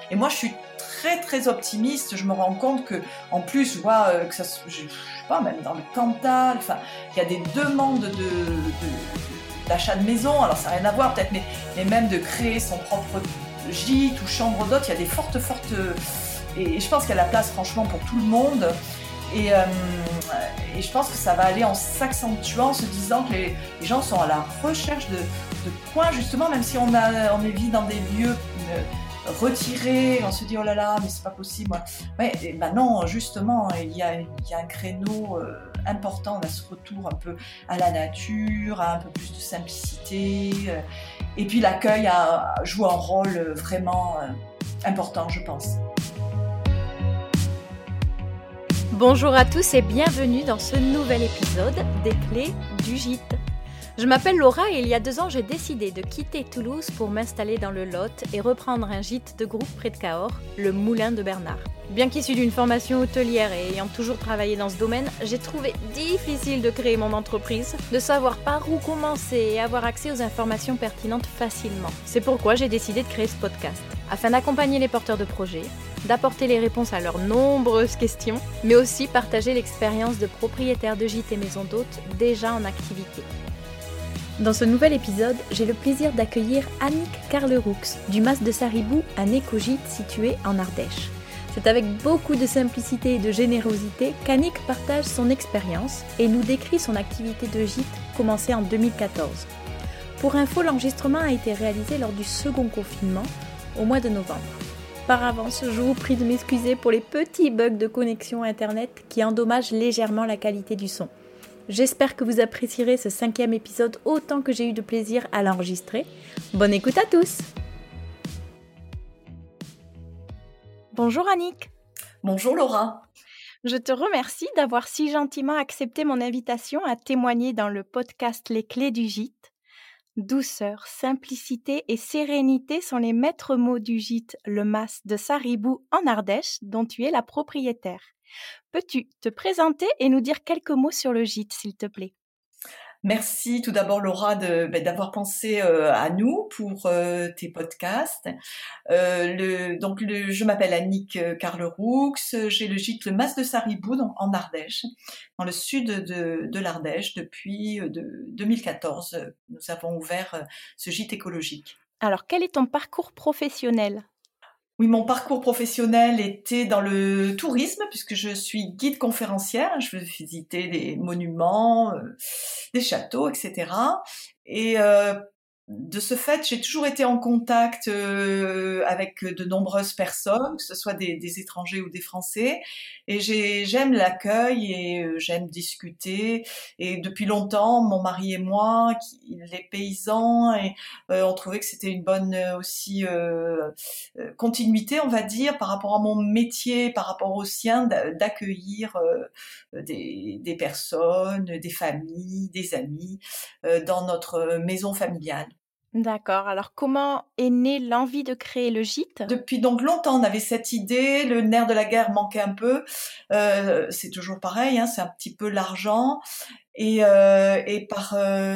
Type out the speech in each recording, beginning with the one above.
Et moi, je suis très, très optimiste. Je me rends compte que, en plus, je vois que ça, je sais pas, même dans le Cantal, enfin, il y a des demandes d'achat de maison. Alors, ça n'a rien à voir peut-être, mais même de créer son propre gîte ou chambre d'hôte, il y a des fortes, et je pense qu'il y a la place, franchement, pour tout le monde. Et je pense que ça va aller en s'accentuant, en se disant que les gens sont à la recherche de coins, justement, même si on vit dans des lieux retirés, on se dit oh là là, mais c'est pas possible. Ouais, et ben non, justement, il y a un créneau important, on a ce retour un peu à la nature, à un peu plus de simplicité. Et puis l'accueil joue un rôle vraiment important, je pense. Bonjour à tous et bienvenue dans ce nouvel épisode des Clés du Gîte. Je m'appelle Laura et il y a 2 ans, j'ai décidé de quitter Toulouse pour m'installer dans le Lot et reprendre un gîte de groupe près de Cahors, le Moulin de Bernard. Bien qu'issue d'une formation hôtelière et ayant toujours travaillé dans ce domaine, j'ai trouvé difficile de créer mon entreprise, de savoir par où commencer et avoir accès aux informations pertinentes facilement. C'est pourquoi j'ai décidé de créer ce podcast, afin d'accompagner les porteurs de projets, d'apporter les réponses à leurs nombreuses questions, mais aussi partager l'expérience de propriétaires de gîtes et maisons d'hôtes déjà en activité. Dans ce nouvel épisode, j'ai le plaisir d'accueillir Annick Carleroux du Mas de Saribou, un éco-gîte situé en Ardèche. C'est avec beaucoup de simplicité et de générosité qu'Annick partage son expérience et nous décrit son activité de gîte commencée en 2014. Pour info, l'enregistrement a été réalisé lors du second confinement, au mois de novembre. Par avance, je vous prie de m'excuser pour les petits bugs de connexion Internet qui endommagent légèrement la qualité du son. J'espère que vous apprécierez ce 5e épisode autant que j'ai eu de plaisir à l'enregistrer. Bonne écoute à tous! Bonjour Annick. Bonjour Laura. Je te remercie d'avoir si gentiment accepté mon invitation à témoigner dans le podcast Les Clés du Gîte. Douceur, simplicité et sérénité sont les maîtres mots du gîte Le Mas de Saribou en Ardèche, dont tu es la propriétaire. Peux-tu te présenter et nous dire quelques mots sur le gîte, s'il te plaît ? Merci tout d'abord Laura d'avoir pensé à nous pour tes podcasts. Je m'appelle Annick Carleroux, j'ai le gîte Le Mas de Saribou en Ardèche, dans le sud de l'Ardèche depuis 2014. Nous avons ouvert ce gîte écologique. Alors, quel est ton parcours professionnel ? Oui, mon parcours professionnel était dans le tourisme, puisque je suis guide conférencière. Je vais visiter des monuments, des châteaux, etc. Et de ce fait, j'ai toujours été en contact avec de nombreuses personnes, que ce soit des étrangers ou des Français. Et j'aime l'accueil et j'aime discuter. Et depuis longtemps, mon mari et moi, les paysans, et on trouvait que c'était une bonne aussi continuité, on va dire, par rapport à mon métier, par rapport au sien, d'accueillir des personnes, des familles, des amis dans notre maison familiale. D'accord. Alors, comment est née l'envie de créer le gîte ? Depuis donc longtemps, on avait cette idée. Le nerf de la guerre manquait un peu. C'est toujours pareil, hein, c'est un petit peu l'argent. Et par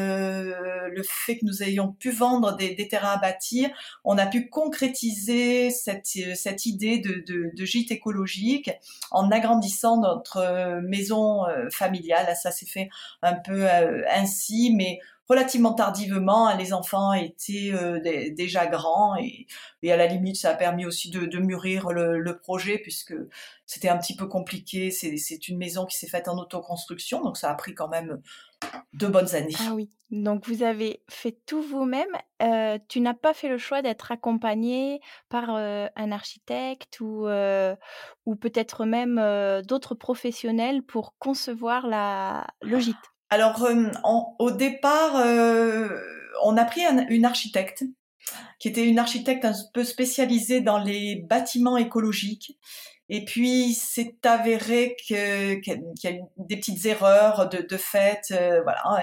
le fait que nous ayons pu vendre des terrains à bâtir, on a pu concrétiser cette idée de gîte écologique en agrandissant notre maison familiale. Ça s'est fait un peu ainsi, mais relativement tardivement. Les enfants étaient déjà grands et à la limite, ça a permis aussi de mûrir le projet, puisque c'était un petit peu compliqué. C'est une maison qui s'est faite en autoconstruction, donc ça a pris quand même 2 bonnes années. Ah oui, donc vous avez fait tout vous-même. Tu n'as pas fait le choix d'être accompagnée par un architecte ou peut-être même d'autres professionnels pour concevoir le gîte. Alors, au départ, on a pris une architecte qui était une architecte un peu spécialisée dans les bâtiments écologiques. Et puis, c'est avéré qu'il y a eu des petites erreurs de fait, voilà.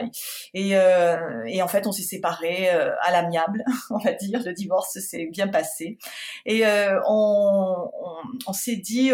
Et en fait, on s'est séparés à l'amiable, on va dire. Le divorce s'est bien passé. Et on s'est dit,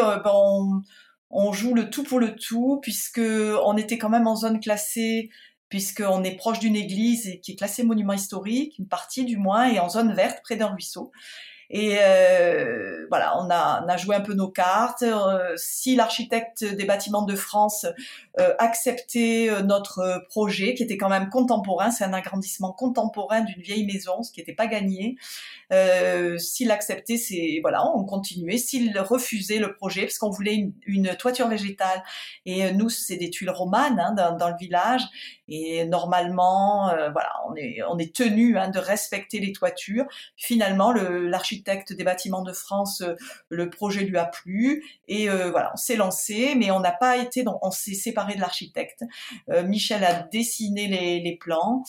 on joue le tout pour le tout, puisque on était quand même en zone classée, puisqu'on est proche d'une église et qui est classée monument historique, une partie du moins, et en zone verte près d'un ruisseau. Et voilà, on a joué un peu nos cartes. Si l'architecte des bâtiments de France acceptait notre projet, qui était quand même contemporain, c'est un agrandissement contemporain d'une vieille maison, ce qui n'était pas gagné. S'il acceptait, voilà, on continuait. S'il refusait le projet, parce qu'on voulait une toiture végétale, et nous, c'est des tuiles romanes hein, dans le village, et normalement, voilà, on est tenu hein, de respecter les toitures. Finalement, l'architecte des bâtiments de France, le projet lui a plu, et voilà, on s'est lancé, mais on n'a pas été, on s'est séparé de l'architecte. Michel a dessiné les plans.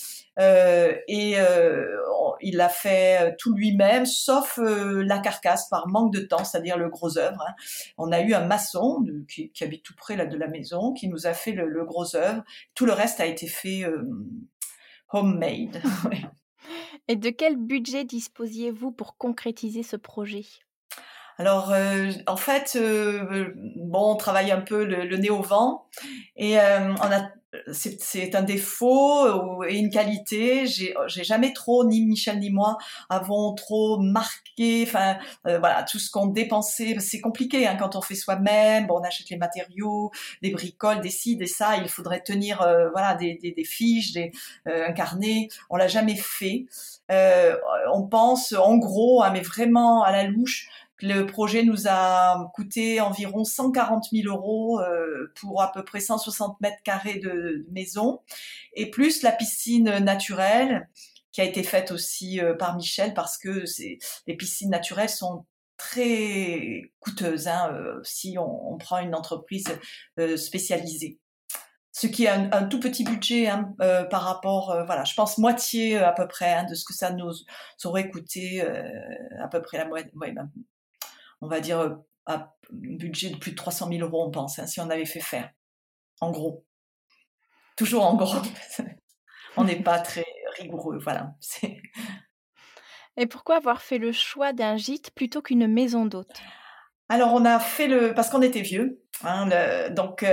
Il l'a fait tout lui-même, sauf la carcasse par manque de temps, c'est-à-dire le gros œuvre. Hein. On a eu un maçon qui habite tout près là, de la maison, qui nous a fait le gros œuvre. Tout le reste a été fait homemade. Et de quel budget disposiez-vous pour concrétiser ce projet ? Alors, en fait, on travaille un peu le nez au vent, et c'est un défaut et une qualité. J'ai jamais trop, ni Michel ni moi, avons trop marqué. Enfin, voilà, tout ce qu'on dépensait, c'est compliqué hein, quand on fait soi-même. Bon, on achète les matériaux, des bricoles, des ci, des ça. Il faudrait tenir, voilà, des fiches, un carnet. On l'a jamais fait. On pense, en gros, hein, mais vraiment à la louche. Le projet nous a coûté environ 140 000 € pour à peu près 160 mètres carrés de maison, et plus la piscine naturelle qui a été faite aussi par Michel, parce que les piscines naturelles sont très coûteuses hein, si on prend une entreprise spécialisée. Ce qui est un tout petit budget hein, par rapport, voilà, je pense moitié à peu près hein, de ce que ça nous aurait coûté, à peu près la moitié. Ouais, on va dire un budget de plus de 300 000 €, on pense, hein, si on avait fait faire. En gros. Toujours en gros. On n'est pas très rigoureux, voilà. Et pourquoi avoir fait le choix d'un gîte plutôt qu'une maison d'hôte ? Alors on a fait parce qu'on était vieux, hein, donc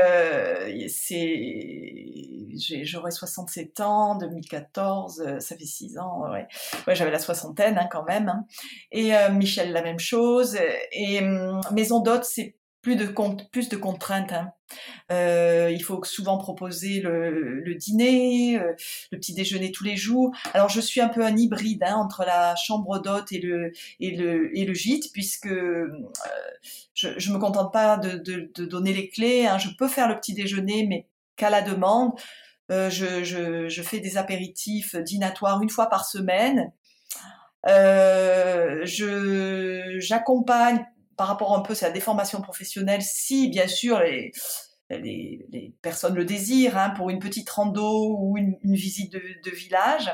j'aurais 67 ans, 2014, ça fait 6 ans, ouais. Ouais, j'avais la soixantaine hein, quand même, hein. Et Michel la même chose. Et maison d'hôte, c'est plus de contraintes. Hein. Il faut souvent proposer le dîner, le petit déjeuner tous les jours. Alors je suis un peu un hybride hein, entre la chambre d'hôte et le gîte, puisque je me contente pas de donner les clés. Hein. Je peux faire le petit déjeuner, mais qu'à la demande. Je fais des apéritifs dînatoires une fois par semaine. J'accompagne par rapport un peu à des formations professionnelles, si bien sûr les personnes le désirent, hein, pour une petite rando ou une visite de village.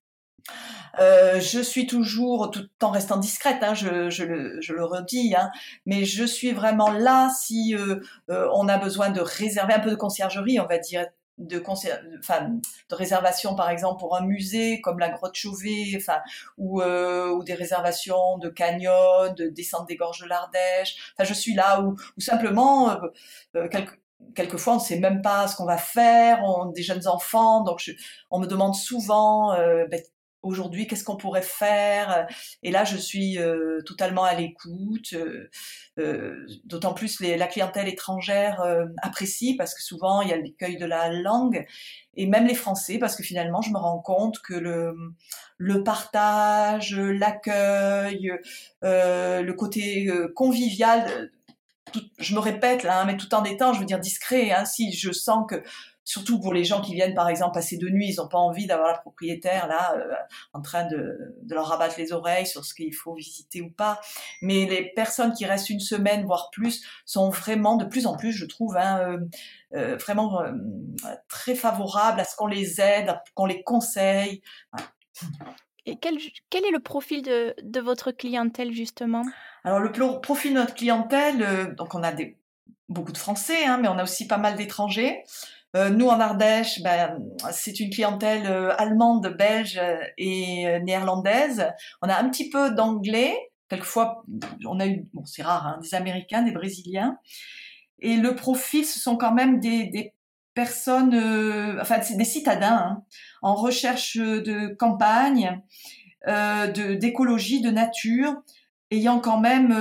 Je suis toujours, tout en restant discrète, hein, je le redis, hein, mais je suis vraiment là si on a besoin de réserver un peu de conciergerie, on va dire, de réservation par exemple pour un musée comme la Grotte Chauvet, ou des réservations de canyons, de descente des gorges de l'Ardèche. Enfin, je suis là ou simplement quelquefois on ne sait même pas ce qu'on va faire, on des jeunes enfants, donc on me demande souvent aujourd'hui qu'est-ce qu'on pourrait faire, et là je suis totalement à l'écoute, d'autant plus la clientèle étrangère apprécie, parce que souvent il y a l'écueil de la langue, et même les Français, parce que finalement je me rends compte que le partage, l'accueil, le côté convivial, je me répète là, hein, mais tout en étant, je veux dire, discret. Hein, si je sens que, surtout pour les gens qui viennent par exemple passer de nuit, ils n'ont pas envie d'avoir la propriétaire là en train de leur rabattre les oreilles sur ce qu'il faut visiter ou pas. Mais les personnes qui restent une semaine voire plus sont vraiment de plus en plus, je trouve, hein, vraiment très favorables à ce qu'on les aide, qu'on les conseille. Voilà. Et quel est le profil de votre clientèle justement ? Alors le profil de notre clientèle, donc on a beaucoup de Français, hein, mais on a aussi pas mal d'étrangers. Nous en Ardèche, c'est une clientèle allemande, belge et néerlandaise. On a un petit peu d'anglais. Quelquefois, on a eu, bon c'est rare, hein, des Américains, des Brésiliens. Et le profil, ce sont quand même des personnes, c'est des citadins hein, en recherche de campagne, d'écologie, de nature. ayant quand même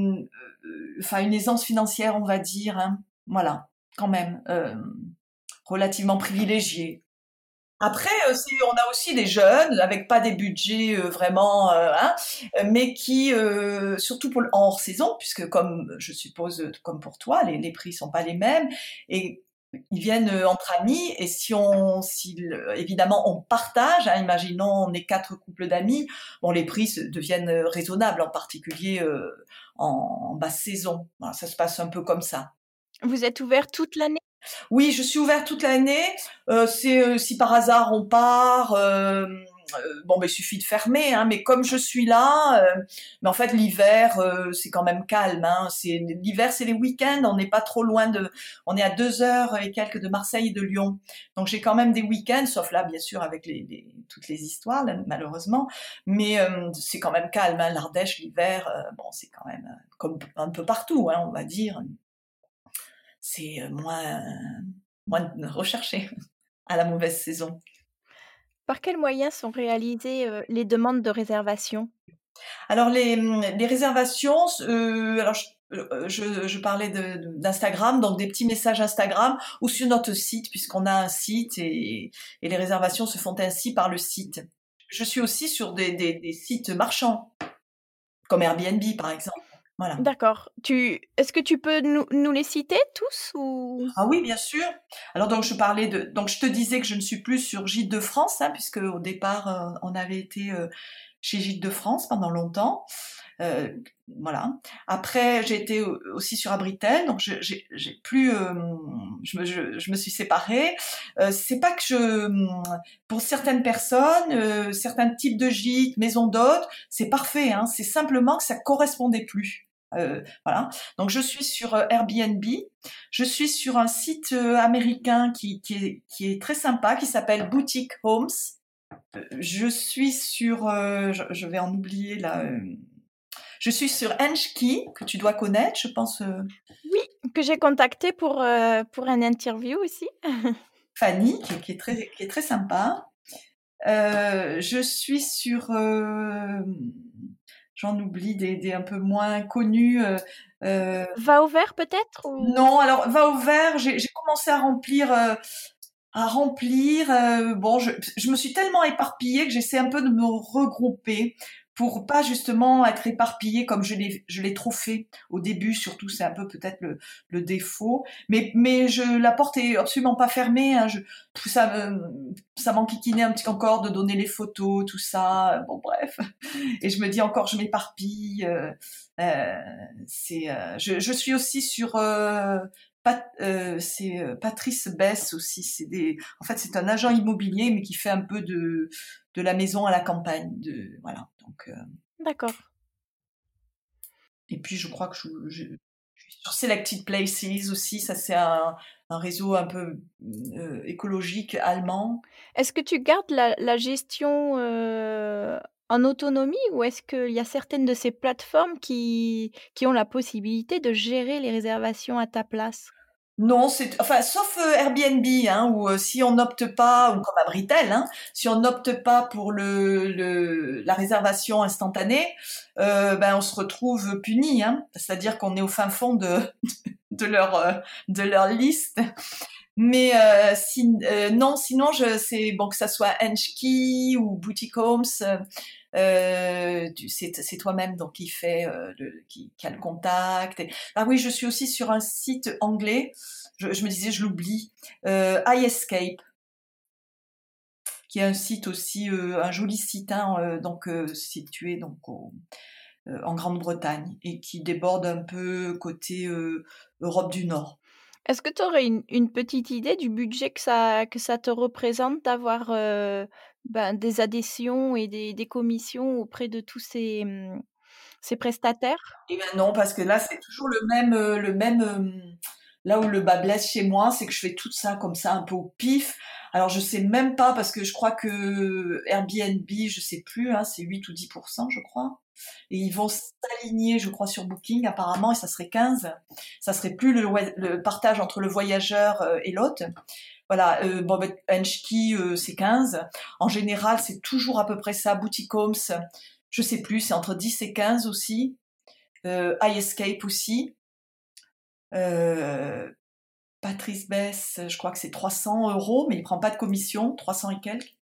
une aisance financière, on va dire, hein. Voilà, quand même, relativement privilégiée. Après, on a aussi des jeunes avec pas des budgets vraiment, hein, mais qui, surtout en hors saison, puisque comme je suppose, comme pour toi, les prix sont pas les mêmes, et ils viennent entre amis. Et évidemment on partage, hein, imaginons on est 4 couples d'amis, bon les prix deviennent raisonnables, en particulier en basse saison. Voilà, ça se passe un peu comme ça. Vous êtes ouvert toute l'année? Oui, je suis ouverte toute l'année. Si par hasard on part, bon, il suffit de fermer, hein, mais comme je suis là, mais en fait l'hiver, c'est quand même calme, hein. L'hiver, c'est les week-ends. On n'est pas trop loin on est à 2 heures et quelques de Marseille et de Lyon. Donc j'ai quand même des week-ends, sauf là, bien sûr, avec toutes les histoires, là, malheureusement. Mais c'est quand même calme, hein. L'Ardèche, l'hiver, bon, c'est quand même comme un peu partout, hein, on va dire. C'est moins recherché à la mauvaise saison. Par quels moyens sont réalisées, les demandes de réservation? Alors les réservations, alors je parlais d'Instagram, donc des petits messages Instagram ou sur notre site, puisqu'on a un site, et les réservations se font ainsi par le site. Je suis aussi sur des sites marchands, comme Airbnb par exemple. Voilà. D'accord. Est-ce que tu peux nous les citer tous ou? Ah oui, bien sûr. Alors donc je te disais que je ne suis plus sur Gîtes de France, hein, puisque au départ on avait été chez Gîtes de France pendant longtemps. Euh, voilà. Après j'ai été aussi sur Abritel, donc j'ai plus, je me suis séparée. C'est pas que pour certaines personnes, certains types de gîtes, maisons d'hôtes, c'est parfait, hein, c'est simplement que ça correspondait plus. Voilà. Donc je suis sur Airbnb. Je suis sur un site américain qui est très sympa, qui s'appelle Boutique Homes. Je suis sur, je vais en oublier là. Je suis sur Henschke, que tu dois connaître, je pense. Oui, que j'ai contacté pour un interview aussi. Fanny, qui est très sympa. Je suis sur, j'en oublie des un peu moins connus. Va au vert peut-être ou? Non, alors va au vert. J'ai commencé à remplir. Bon, je me suis tellement éparpillée que j'essaie un peu de me regrouper pour pas justement être éparpillée comme je l'ai trop fait au début. Surtout, c'est un peu peut-être le défaut. Mais la porte est absolument pas fermée, hein. Ça m'enquiquinait un petit encore de donner les photos, tout ça. Bon, bref. Et je me dis encore, je m'éparpille. Je suis aussi sur Patrice Bess aussi. En fait, c'est un agent immobilier, mais qui fait un peu de la maison à la campagne. Voilà. Donc, D'accord. et puis, je crois que je suis sur Selected Places aussi. Ça, c'est un réseau un peu écologique allemand. Est-ce que tu gardes la gestion, en autonomie ou est-ce qu'il y a certaines de ces plateformes qui ont la possibilité de gérer les réservations à ta place? Non, sauf Airbnb, hein, où si on n'opte pas, ou comme Abritel, hein, si on n'opte pas pour la réservation instantanée, on se retrouve puni, hein. C'est-à-dire qu'on est au fin fond de leur liste. Mais non, sinon c'est bon, que ça soit Henschke ou Boutique Homes, c'est toi-même donc qui a le contact. Ah oui, je suis aussi sur un site anglais. Je me disais, je l'oublie. iEscape, qui est un site aussi, un joli site, hein, donc situé donc en Grande-Bretagne, et qui déborde un peu côté Europe du Nord. Est-ce que tu aurais une petite idée du budget que ça te représente d'avoir, des adhésions et des commissions auprès de tous ces prestataires? Et ben non, parce que là, c'est toujours là où le bas blesse chez moi, c'est que je fais tout ça comme ça, un peu au pif. Alors, je sais même pas, parce que je crois que Airbnb, je sais plus, hein, c'est 8 ou 10%, je crois. Et ils vont s'aligner, je crois, sur Booking, apparemment, et ça serait 15. Ça serait plus le partage entre le voyageur et l'hôte. Voilà, Henschke, c'est 15. En général, c'est toujours à peu près ça. Boutique Homes, je sais plus, c'est entre 10 et 15 aussi. iEscape aussi. Euh, Patrice Bess, je crois que c'est 300 €, mais il prend pas de commission, 300 et quelques.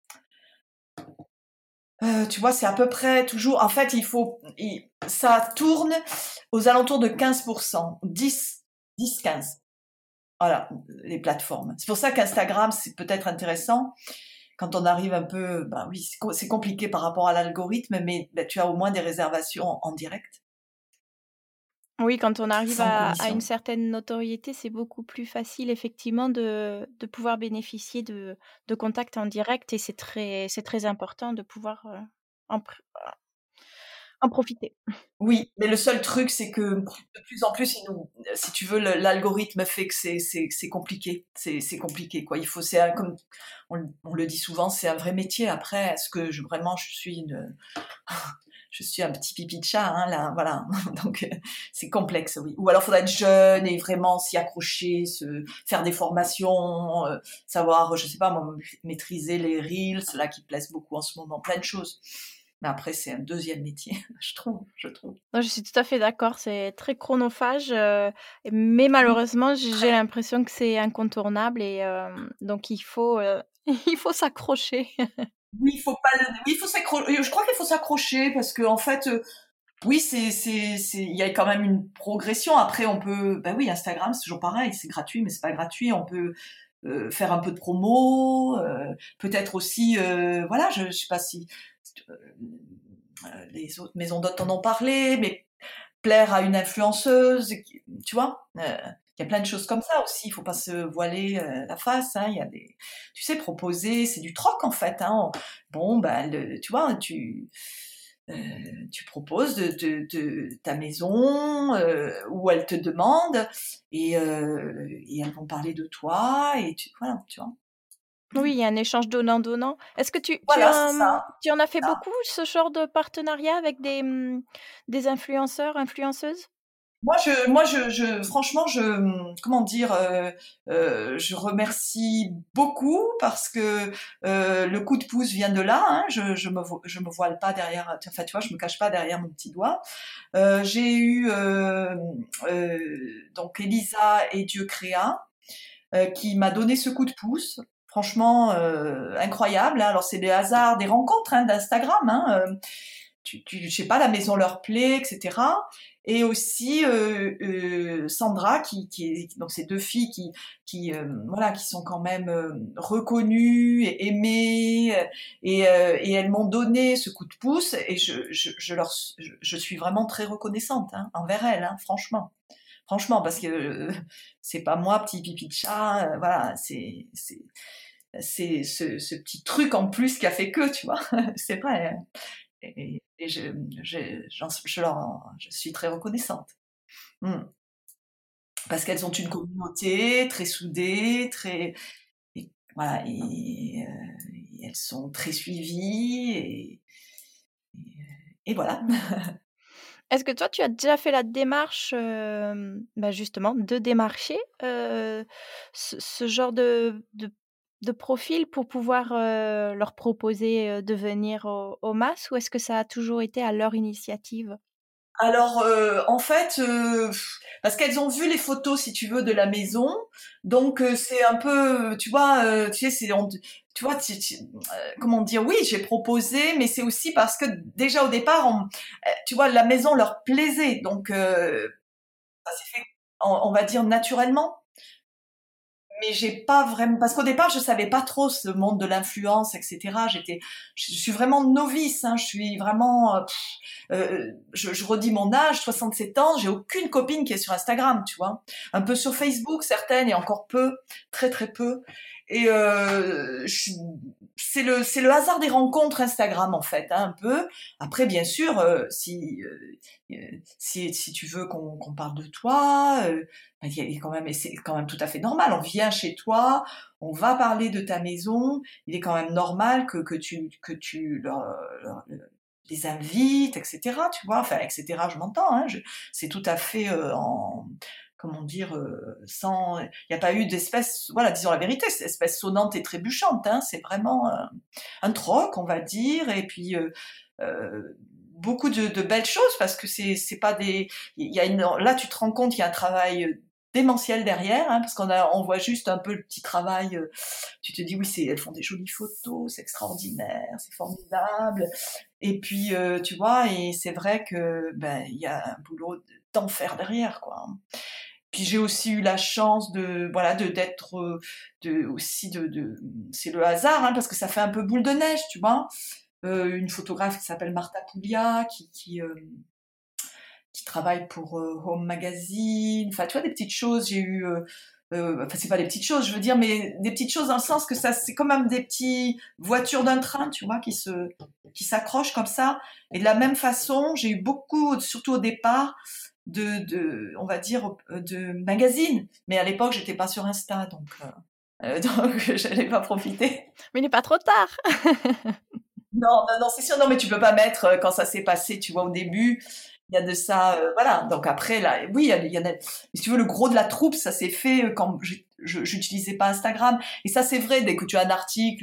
Tu vois, c'est à peu près toujours. En fait, ça tourne aux alentours de 15%, 10-15. Voilà, les plateformes. C'est pour ça qu'Instagram, c'est peut-être intéressant quand on arrive un peu. Ben oui, c'est compliqué par rapport à l'algorithme, mais ben, tu as au moins des réservations en direct, Oui, quand on arrive sans à une commission. certaine notoriété, c'est beaucoup plus facile effectivement de pouvoir bénéficier de contacts en direct et c'est très important de pouvoir en, pr- en profiter. Oui, mais le seul truc, c'est que de plus en plus, si tu veux, l'algorithme fait que c'est compliqué. C'est compliqué, quoi. Comme on le dit souvent, c'est un vrai métier. Après, est-ce que vraiment je suis un petit pipi de chat, hein, là, voilà. Donc, c'est complexe, oui. Ou alors, faudra être jeune et vraiment s'y accrocher, faire des formations, savoir, je sais pas, maîtriser les reels, là qui plaisent beaucoup en ce moment, plein de choses. Mais après, c'est un deuxième métier, je trouve. Non, je suis tout à fait d'accord, c'est très chronophage, mais malheureusement, j'ai Très. l'impression que c'est incontournable et donc il faut, il faut s'accrocher. Oui, il faut pas oui, il faut s'accrocher. Je crois qu'il faut s'accrocher parce que en fait, oui, il y a quand même une progression. Après, ben oui, Instagram, c'est toujours pareil, c'est gratuit, mais c'est pas gratuit. On peut faire un peu de promo, peut-être aussi, voilà, je sais pas si euh, les autres maisons d'hôtes en ont parlé, mais plaire à une influenceuse, tu vois. Il y a plein de choses comme ça aussi. Il faut pas se voiler la face. Hein. Il y a tu sais, proposer, c'est du troc en fait. Hein. Bon, ben, tu vois, euh, tu proposes de ta maison où elles te demandent et elles vont parler de toi et voilà, tu vois. Oui, il y a un échange donnant-donnant. Est-ce que Voilà, c'est ça. tu en as fait beaucoup, ce genre de partenariat avec des influenceurs, influenceuses? Franchement, comment dire, je remercie beaucoup parce que le coup de pouce vient de là. Hein, je me voile pas derrière. Enfin, tu vois, je me cache pas derrière mon petit doigt. J'ai eu donc Elisa et Dieu créa qui m'a donné ce coup de pouce. Franchement, incroyable. Hein. Alors c'est des hasards, des rencontres hein, d'Instagram. Hein, je sais pas, la maison leur plaît, etc. Et aussi Sandra, donc ces deux filles voilà, qui sont quand même reconnues et aimées, et elles m'ont donné ce coup de pouce, et je suis vraiment très reconnaissante hein, envers elles, hein, franchement, parce que c'est pas moi, petit pipi de chat, voilà, c'est ce petit truc en plus qui a fait que, tu vois, c'est vrai. Hein. Et je suis très reconnaissante. Mm. Parce qu'elles ont une communauté très soudée, voilà, et elles sont très suivies, et voilà. Est-ce que toi, tu as déjà fait la démarche, bah, justement, de démarcher, ce genre de profil pour pouvoir, leur proposer, de venir au MAS ou est-ce que ça a toujours été à leur initiative? Alors, en fait, parce qu'elles ont vu les photos, si tu veux, de la maison, donc c'est un peu, tu vois, tu sais, tu vois, comment dire, oui, j'ai proposé, mais c'est aussi parce que déjà au départ, tu vois, la maison leur plaisait, donc ça s'est fait, on va dire naturellement. Mais j'ai pas vraiment, parce qu'au départ je savais pas trop ce monde de l'influence, etc. Je suis vraiment novice, hein, je suis vraiment, je redis mon âge, 67 ans, j'ai aucune copine qui est sur Instagram, tu vois, un peu sur Facebook certaines et encore peu, très très peu. Et c'est le hasard des rencontres Instagram en fait, hein, un peu. Après bien sûr, si tu veux qu'on parle de toi. Il y a quand même, et c'est quand même tout à fait normal. On vient chez toi, on va parler de ta maison. Il est quand même normal que tu les invites, etc. Tu vois, enfin, etc. Je m'entends. Hein, c'est tout à fait comment dire, il n'y a pas eu d'espèce, voilà, disons la vérité, c'est espèce sonnante et trébuchante. Hein, c'est vraiment un troc, on va dire, et puis. Euh, beaucoup de belles choses parce que c'est pas des, il y a là tu te rends compte qu'il y a un travail démentiel derrière, hein, parce on voit juste un peu le petit travail. Tu te dis oui, elles font des jolies photos, c'est extraordinaire, c'est formidable. Et puis tu vois, et c'est vrai que ben il y a un boulot d'enfer derrière, quoi. Puis j'ai aussi eu la chance d'être aussi c'est le hasard, hein, parce que ça fait un peu boule de neige, tu vois. Une photographe qui s'appelle Marta Puglia qui travaille pour Home Magazine. Enfin, tu vois, des petites choses. J'ai eu, enfin, c'est pas des petites choses, je veux dire, mais des petites choses dans le sens que ça, c'est quand même des petites voitures d'un train, tu vois, qui s'accrochent comme ça. Et de la même façon, j'ai eu beaucoup, surtout au départ, on va dire, de magazines. Mais à l'époque, j'étais pas sur Insta, donc j'allais pas profiter. Mais il n'est pas trop tard. Non, non, non, c'est sûr. Non, mais tu peux pas mettre quand ça s'est passé, tu vois, au début. Il y a de ça, voilà. Donc après, là, oui, si tu veux, le gros de la troupe, ça s'est fait quand j'utilisais pas Instagram. Et ça, c'est vrai, dès que tu as un article,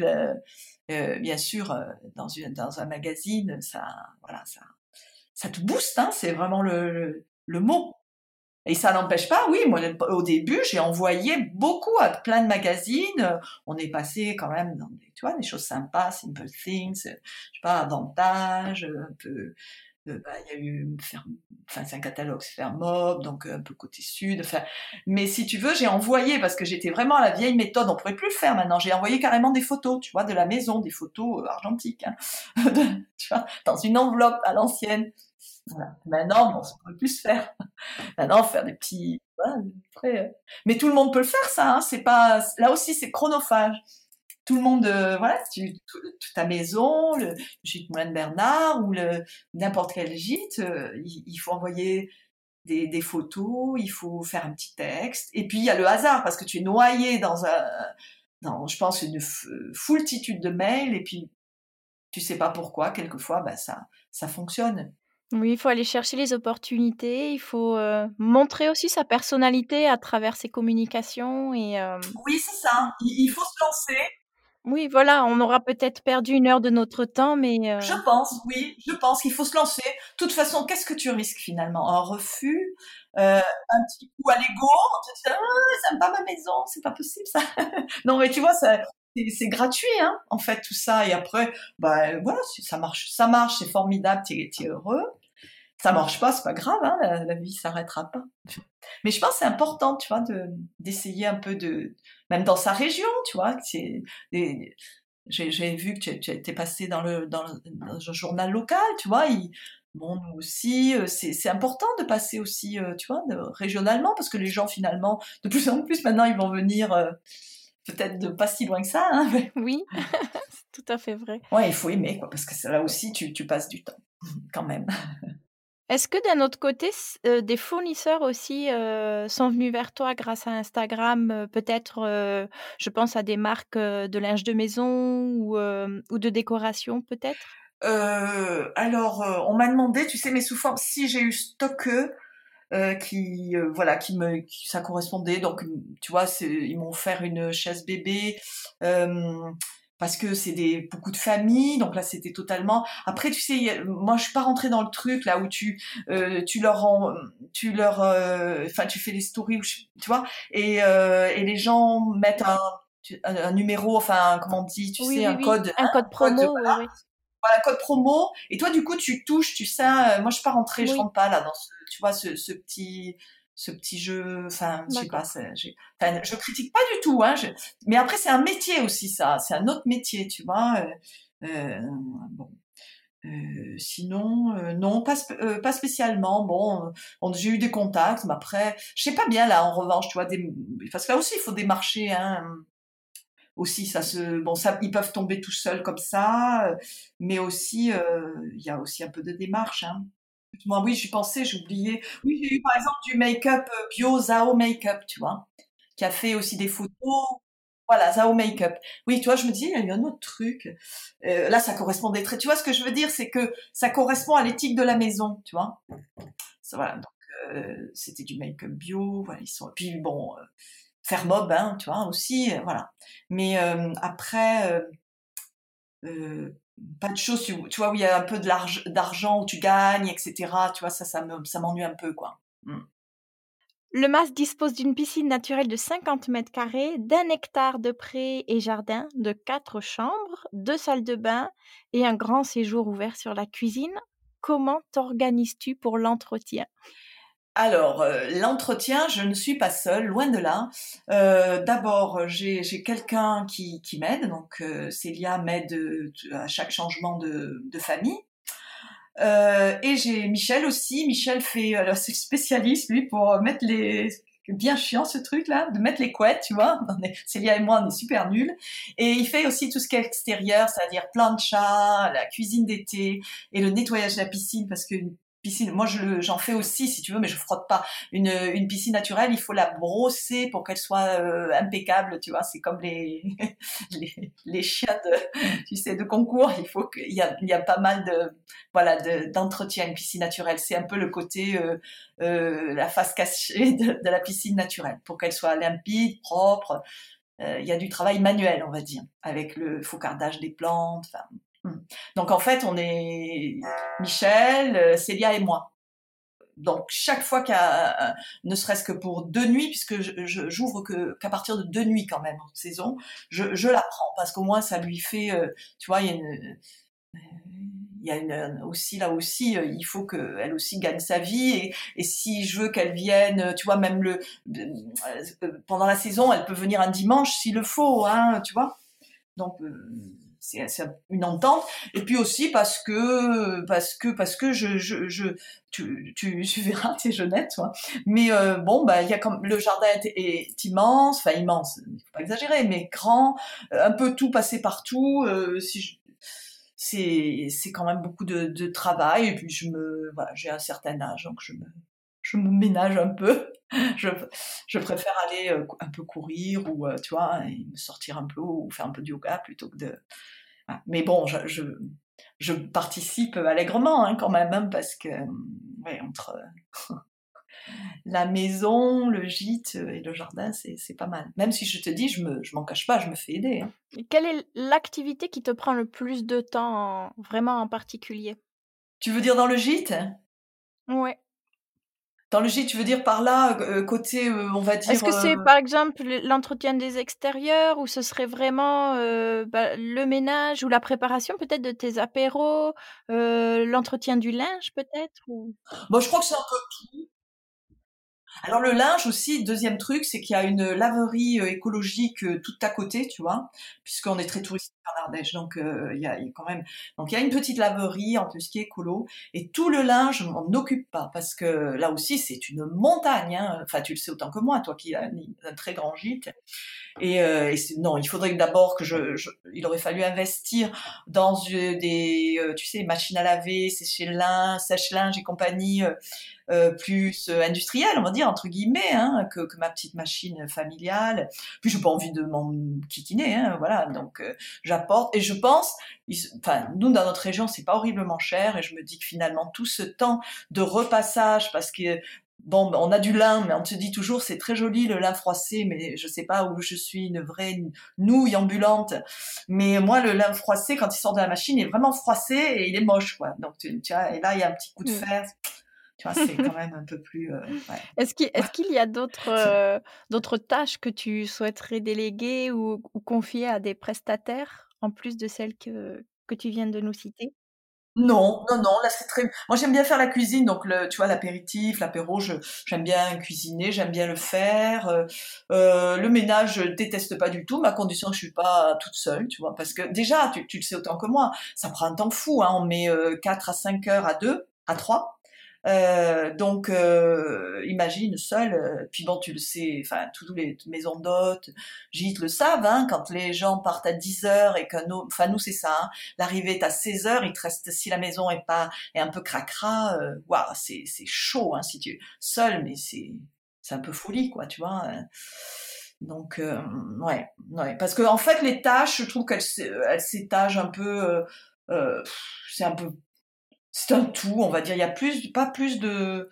bien sûr, dans un magazine, voilà, ça te booste, hein, c'est vraiment le mot. Et ça n'empêche pas, oui, moi, au début, j'ai envoyé beaucoup à plein de magazines. On est passé quand même dans tu vois, des choses sympas, Simple Things, je sais pas, Avantage, un peu, bah, il y a eu, enfin, c'est un catalogue, c'est Fermob, donc un peu côté sud. Enfin, mais si tu veux, j'ai envoyé, parce que j'étais vraiment à la vieille méthode, on pourrait plus le faire maintenant. J'ai envoyé carrément des photos, tu vois, de la maison, des photos argentiques, hein, tu vois, dans une enveloppe à l'ancienne. Voilà. Maintenant, bon, ça pourrait plus se faire. Maintenant, faire des petits. Voilà, après, mais tout le monde peut le faire, ça. Hein, c'est pas. Là aussi, c'est chronophage. Tout le monde, voilà, ta maison, le gîte Moulin de Bernard ou n'importe quel gîte, il faut envoyer des photos, il faut faire un petit texte. Et puis il y a le hasard parce que tu es noyé dans je pense, une foultitude de mails et puis tu sais pas pourquoi. Quelquefois, ben, ça fonctionne. Oui, il faut aller chercher les opportunités, il faut, montrer aussi sa personnalité à travers ses communications et Oui, c'est ça. Il faut se lancer. oui, voilà, on aura peut-être perdu 1 heure de notre temps, mais Je pense, oui, je pense qu'il faut se lancer. De toute façon, qu'est-ce que tu risques finalement? Un refus, un petit coup à l'ego, tu te dis: «Ah, ça aime pas ma maison, c'est pas possible ça». Non, mais tu vois, c'est gratuit, hein, en fait, tout ça. Et après, bah voilà, si ça marche, c'est formidable, t'es heureux. Ça marche pas, c'est pas grave, hein, la vie s'arrêtera pas. Mais je pense que c'est important, tu vois, d'essayer un peu même dans sa région, tu vois, j'ai vu que tu étais passé dans un journal local, tu vois. Bon, nous aussi, c'est important de passer aussi, tu vois, régionalement, parce que les gens, finalement, de plus en plus, maintenant, ils vont venir peut-être de pas si loin que ça. Hein, mais... oui, c'est tout à fait vrai. Ouais, il faut aimer, quoi, parce que là aussi, tu passes du temps, quand même. Est-ce que d'un autre côté, des fournisseurs aussi, sont venus vers toi grâce à Instagram, peut-être, je pense à des marques, de linge de maison ou de décoration peut-être? Alors, on m'a demandé, tu sais, mais sous forme, si j'ai eu Stokke, ça correspondait. Donc, tu vois, ils m'ont offert une chaise bébé, parce que c'est beaucoup de familles. Donc là, c'était totalement. Après, tu sais, moi, je suis pas rentrée dans le truc là où enfin, tu fais les stories, tu vois, et les gens mettent un numéro, enfin, comment on dit, tu Oui, sais, oui, un oui, code, un hein, code un code, promo, oui, oui. voilà, code promo. Et toi, du coup, tu touches, tu sais, moi, je suis pas rentrée, je Oui, rentre pas là dans tu vois, ce petit jeu. Enfin, je sais pas, d'accord. enfin, je critique pas du tout, hein. Mais après, c'est un métier aussi, ça. C'est un autre métier, tu vois. Bon. Sinon, non, pas spécialement. Bon, j'ai eu des contacts, mais après, je sais pas bien là. En revanche, tu vois, parce que là aussi, il faut démarcher, hein. Aussi, bon, ça, ils peuvent tomber tout seuls comme ça, mais aussi, il y a aussi un peu de démarche, hein. Moi, oui, j'y pensais, j'ai oublié. Oui, j'ai eu par exemple du make-up bio, Zao Make-up, tu vois, qui a fait aussi des photos. Voilà, Zao Make-up. Oui, tu vois, je me disais, il y a eu un autre truc. Là, ça correspondait très. Tu vois, ce que je veux dire, c'est que ça correspond à l'éthique de la maison, tu vois. Voilà, donc c'était du make-up bio. Voilà, ils sont. Et puis bon, faire mob, hein, tu vois, aussi, voilà. Mais après, pas de choses, tu vois, où il y a un peu d'argent, où tu gagnes, etc. Tu vois, ça m'ennuie un peu, quoi. Le Mas dispose d'une piscine naturelle de 50 mètres carrés, d'1 hectare de prés et jardin, de 4 chambres, 2 salles de bain et un grand séjour ouvert sur la cuisine. Comment t'organises-tu pour l'entretien? Alors, l'entretien, je ne suis pas seule, loin de là. D'abord, j'ai quelqu'un qui m'aide, donc Célia m'aide à chaque changement de famille. Et j'ai Michel aussi. Michel fait, alors c'est le spécialiste lui pour mettre les, bien chiant ce truc là, de mettre les couettes, tu vois. Célia et moi on est super nuls. Et il fait aussi tout ce qui est extérieur, c'est-à-dire plancha, la cuisine d'été et le nettoyage de la piscine parce que piscine, moi j'en fais aussi si tu veux, mais je frotte pas. Une piscine naturelle, il faut la brosser pour qu'elle soit impeccable, tu vois. C'est comme les chiens tu sais, de concours. Il y a pas mal voilà, d'entretien. Une piscine naturelle, c'est un peu le côté, la face cachée de la piscine naturelle, pour qu'elle soit limpide, propre. Il y a du travail manuel, on va dire, avec le faucardage des plantes. Enfin, donc en fait, on est Michel, Célia et moi. Donc chaque fois ne serait-ce que pour 2 nuits, puisque j'ouvre qu'à partir de 2 nuits quand même en saison, je la prends parce qu'au moins ça lui fait, tu vois, il y a aussi là aussi, il faut qu'elle aussi gagne sa vie et si je veux qu'elle vienne, tu vois, même pendant la saison, elle peut venir un dimanche s'il le faut, hein, tu vois. Donc c'est une entente et puis aussi parce que tu verras tes jeunettes toi, mais bon bah il y a comme le jardin est immense, enfin immense, il faut pas exagérer, mais grand, un peu tout passé partout, c'est quand même beaucoup de travail et puis voilà, j'ai un certain âge donc je me ménage un peu. Je, je préfère aller un peu courir ou, tu vois, et me sortir un peu ou faire un peu de yoga plutôt que de. Voilà. Mais bon, je participe allègrement hein, quand même, hein, parce que ouais, entre la maison, le gîte et le jardin, c'est pas mal. Même si je te dis, je m'en cache pas, je me fais aider. Hein. Et quelle est l'activité qui te prend le plus de temps, vraiment en particulier? Tu veux dire dans le gîte? Ouais. Dans le gîte, tu veux dire par là, côté, on va Est-ce dire. que c'est, par exemple, l'entretien des extérieurs ou ce serait vraiment, le ménage ou la préparation peut-être de tes apéros, l'entretien du linge peut-être ou? Bon, je crois que c'est un peu. Alors le linge aussi, deuxième truc, c'est qu'il y a une laverie écologique tout à côté, tu vois, puisqu'on est très touristique en Ardèche, donc il y a quand même, donc il y a une petite laverie en plus qui est écolo, et tout le linge, on m'en occupe pas, parce que là aussi c'est une montagne, hein. Enfin tu le sais autant que moi, toi qui as un très grand gîte, non, il faudrait que d'abord il aurait fallu investir dans tu sais, machines à laver, sèche-linge et compagnie, plus industrielle, on va dire, entre guillemets, hein, que ma petite machine familiale. Puis j'ai pas envie de m'en kikiner, hein, voilà. Donc j'apporte et je pense, enfin nous dans notre région c'est pas horriblement cher et je me dis que finalement tout ce temps de repassage parce que bon, on a du lin, mais on te dit toujours c'est très joli le lin froissé, mais je sais pas où je suis une vraie nouille ambulante. Mais moi le lin froissé quand il sort de la machine il est vraiment froissé et il est moche quoi. Donc tu vois, et là il y a un petit coup de Mmh. fer. Tu vois, c'est quand même un peu plus. Ouais. Est-ce qu'il y a d'autres, C'est- d'autres tâches que tu souhaiterais déléguer ou confier à des prestataires, en plus de celles que tu viens de nous citer? Non, non, non, là c'est très. Moi j'aime bien faire la cuisine, donc tu vois, l'apéritif, l'apéro, j'aime bien cuisiner, j'aime bien le faire. Le ménage, je déteste pas du tout, mais à condition que je suis pas toute seule, tu vois, parce que déjà, tu le sais autant que moi, ça prend un temps fou, hein, on met 4 à 5 heures à deux, à trois. Donc imagine seul, puis bon tu le sais, enfin toutes les maisons d'hôtes, gîtes le savent, hein, quand les gens partent à 10 heures et enfin nous c'est ça, hein, l'arrivée est à 16 heures, il te reste si la maison est un peu cracra, waouh c'est chaud hein, si tu seul, mais c'est un peu folie quoi, tu vois. Donc ouais, parce que en fait les tâches, je trouve elles s'étagent un peu, c'est un peu c'est un tout, on va dire. Il y a pas plus de.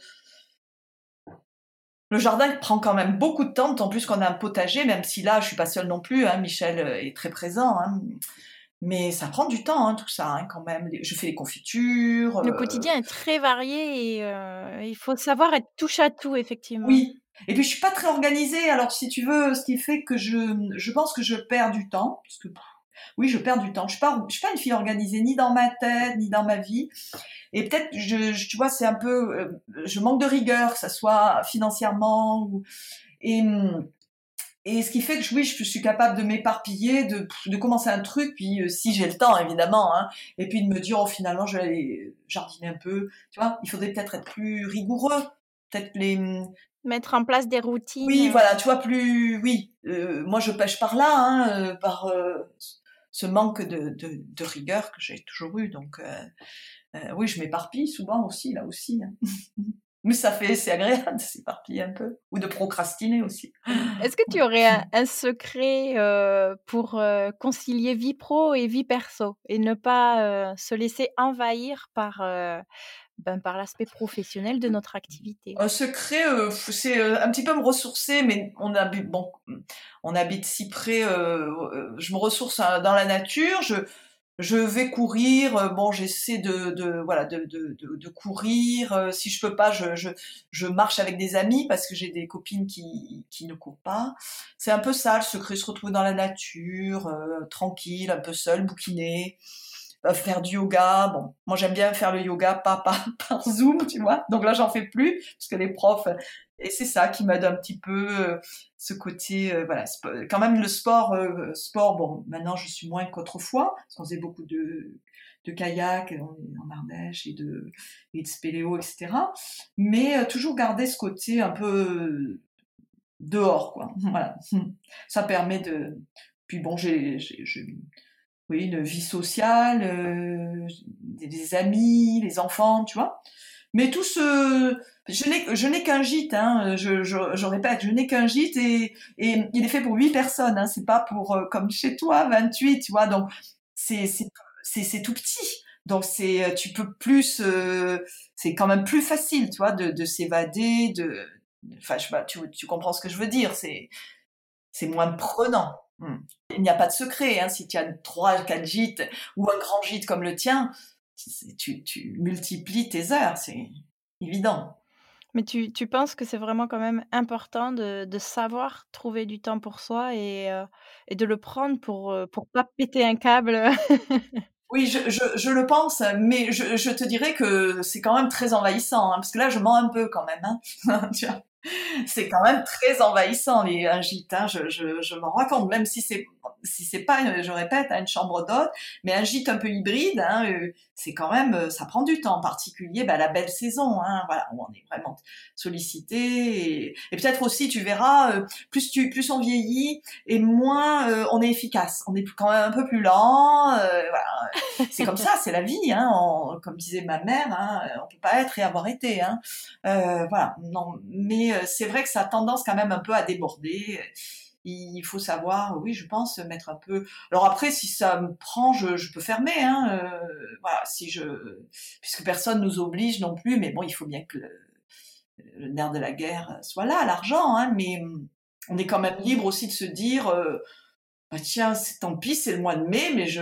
Le jardin prend quand même beaucoup de temps, d'autant plus qu'on a un potager, même si là, je suis pas seule non plus. Hein, Michel est très présent. Hein. Mais ça prend du temps, hein, tout ça, hein, quand même. Je fais les confitures. Le quotidien est très varié et il faut savoir être touche à tout, effectivement. Oui. Et puis je suis pas très organisée. Alors si tu veux, ce qui fait que je pense que je perds du temps, parce que oui, je perds du temps. Je suis pas une fille organisée ni dans ma tête ni dans ma vie. Et peut-être, tu vois, c'est un peu, je manque de rigueur, que ça soit financièrement et et ce qui fait que oui, je suis capable de m'éparpiller, de commencer un truc, puis si j'ai le temps évidemment, hein, et puis de me dire oh finalement je vais aller jardiner un peu, tu vois. Il faudrait peut-être être plus rigoureux, peut-être Mettre en place des routines, oui voilà, tu vois plus oui. Moi je pêche par là, hein, par ce manque de rigueur que j'ai toujours eu, donc oui je m'éparpille souvent aussi là aussi. Hein. Mais c'est agréable de s'éparpiller un peu ou de procrastiner aussi. Est-ce que tu aurais un secret, pour, concilier vie pro et vie perso et ne pas, se laisser envahir par, par l'aspect professionnel de notre activité? Un secret, c'est, un petit peu me ressourcer, mais on habite si près, je me ressource, dans la nature, je vais courir, bon j'essaie voilà de courir, si je peux pas, je marche avec des amis parce que j'ai des copines qui ne courent pas. C'est un peu ça le secret, se retrouver dans la nature, tranquille, un peu seule, bouquiner. Faire du yoga. Bon, moi j'aime bien faire le yoga, pas par Zoom, tu vois. Donc là j'en fais plus parce que les profs et c'est ça qui m'aide un petit peu ce côté voilà quand même le sport bon maintenant je suis moins qu'autrefois parce qu'on faisait beaucoup de kayak en Ardèche et de spéléo etc. Mais toujours garder ce côté un peu dehors quoi. Voilà. Ça permet de puis bon j'ai oui, une vie sociale, des amis, les enfants, tu vois. Mais tout ce, je n'ai qu'un gîte, hein. Je répète, je n'ai qu'un gîte et il est fait pour 8 personnes, hein. C'est pas pour comme chez toi 28, tu vois. Donc c'est c'est c'est tout petit. Donc tu peux plus, c'est quand même plus facile, tu vois, de s'évader, enfin je sais pas, tu comprends ce que je veux dire. C'est moins prenant. Il n'y a pas de secret, hein. Si tu as 3, 4 gîtes ou un grand gîte comme le tien, tu multiplies tes heures, c'est évident. Mais tu penses que c'est vraiment quand même important de savoir trouver du temps pour soi et de le prendre pour pas péter un câble? Oui, je le pense, mais je te dirais que c'est quand même très envahissant, hein, parce que là, je mens un peu quand même, hein. Tu vois. C'est quand même très envahissant un gîte, hein, je m'en rends compte, même si c'est pas, je répète, hein, une chambre d'hôte, mais un gîte un peu hybride, hein, c'est quand même, ça prend du temps, en particulier la belle saison, hein, voilà, où on est vraiment sollicité et peut-être aussi, tu verras, plus on vieillit et moins on est efficace, on est quand même un peu plus lent, voilà, c'est comme ça, c'est la vie, hein, comme disait ma mère, hein, on peut pas être et avoir été, hein. Voilà, non, mais c'est vrai que ça a tendance quand même un peu à déborder. Il faut savoir, oui, je pense, mettre un peu. Alors après, si ça me prend, je peux fermer, hein. Voilà, puisque personne nous oblige non plus. Mais bon, il faut bien que le nerf de la guerre soit là, l'argent, hein. Mais on est quand même libre aussi de se dire, bah tiens, tant pis, c'est le mois de mai, mais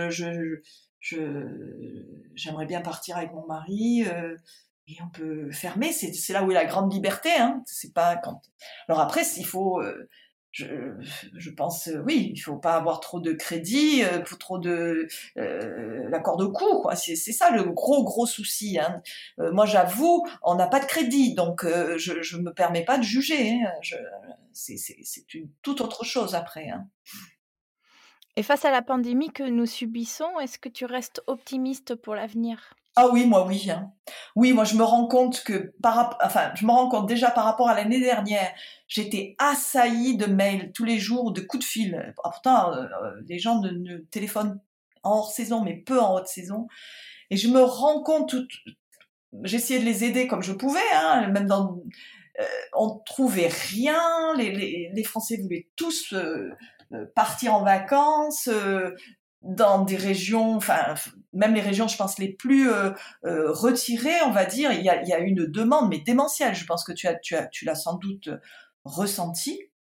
j'aimerais bien partir avec mon mari. Et on peut fermer, c'est là où est la grande liberté, hein. C'est pas quand. Alors après, il faut, je, je pense, oui, il faut pas avoir trop de crédit, pour trop de la corde au cou, quoi. C'est ça le gros souci, hein. Moi, j'avoue, on n'a pas de crédit, donc je me permets pas de juger. Hein. C'est une toute autre chose après, hein. Et face à la pandémie que nous subissons, est-ce que tu restes optimiste pour l'avenir? Ah oui, moi oui, hein. Oui, moi je me rends compte que enfin, je me rends compte déjà par rapport à l'année dernière, j'étais assaillie de mails tous les jours, de coups de fil. Pourtant, les gens ne téléphonent en hors saison, mais peu en haute saison. Et je me rends compte, j'essayais de les aider comme je pouvais, hein, même on trouvait rien. Les Français voulaient tous partir en vacances. Dans des régions, enfin même les régions, je pense les plus retirées, on va dire, il y a une demande mais démentielle. Je pense que tu l'as sans doute ressenti.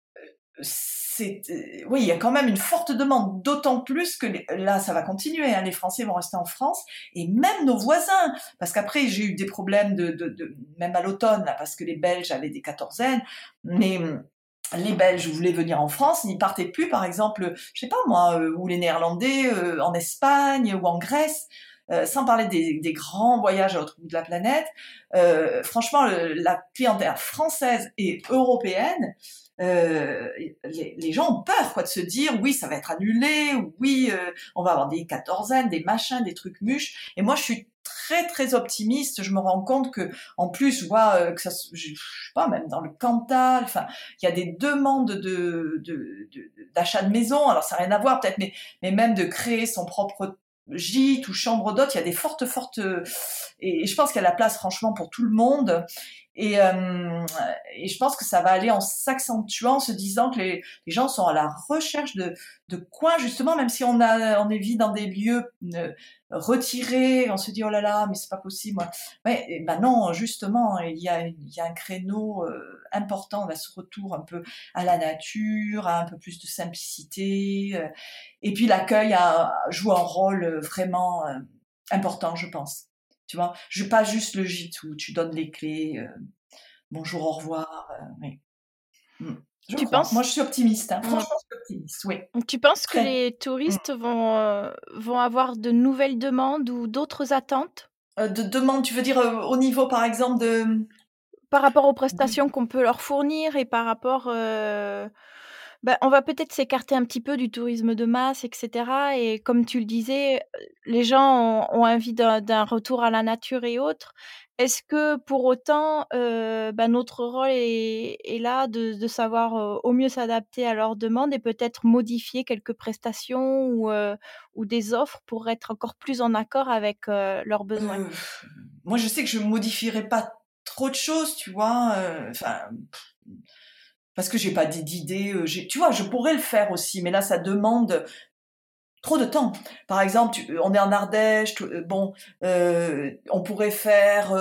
Oui, il y a quand même une forte demande, d'autant plus que là, ça va continuer, hein, les Français vont rester en France, et même nos voisins, parce qu'après, j'ai eu des problèmes même à l'automne, là, parce que les Belges avaient des quatorzaines, mais les Belges voulaient venir en France, ils n'y partaient plus, par exemple, je sais pas moi, ou les Néerlandais en Espagne ou en Grèce, sans parler des grands voyages à l'autre bout de la planète. Franchement, la clientèle française et européenne, les gens ont peur quoi de se dire oui ça va être annulé, oui on va avoir des quatorzaines, des machins, des trucs mûches. Et moi je suis très très optimiste. Je me rends compte que en plus je vois que je sais pas, même dans le Cantal, enfin il y a des demandes d'achat de maison. Alors ça n'a rien à voir peut-être, mais même de créer son propre gîte ou chambre d'hôte, il y a des fortes et je pense qu'il y a la place franchement pour tout le monde. Et je pense que ça va aller en s'accentuant, en se disant que les gens sont à la recherche de coins, justement, même si on vit dans des lieux retirés, on se dit, oh là là, mais c'est pas possible. Moi. Ouais, et ben non, justement, il y a un créneau important, là, ce retour un peu à la nature, à un peu plus de simplicité. Et puis l'accueil joue un rôle vraiment important, je pense. Tu vois, pas juste le gîte où tu donnes les clés, bonjour, au revoir. Oui. Je Tu crois. Moi, penses, je suis optimiste. Hein. mmh, Franchement, je suis optimiste. Oui. tu penses que Très. les Mm. touristes vont avoir de nouvelles demandes ou d'autres attentes De demande, tu veux dire au niveau, par exemple, par rapport aux du- prestations qu'on peut leur fournir et par rapport, bah, on va peut-être s'écarter un petit peu du tourisme de masse et cetera et comme tu le disais, les gens ont envie d'un retour à la nature et autres. Est-ce que pour autant, bah, notre rôle est là de savoir, au mieux s'adapter à leurs demandes et peut-être modifier quelques prestations ou des offres pour être encore plus en accord avec, leurs besoins? euh, moi, je sais que je modifierai pas trop de choses, tu vois. Enfin, parce que j'ai pas d'idée. Tu vois, je pourrais le faire aussi, mais là, ça demande trop de temps. Par exemple, on est en Ardèche, bon, on pourrait faire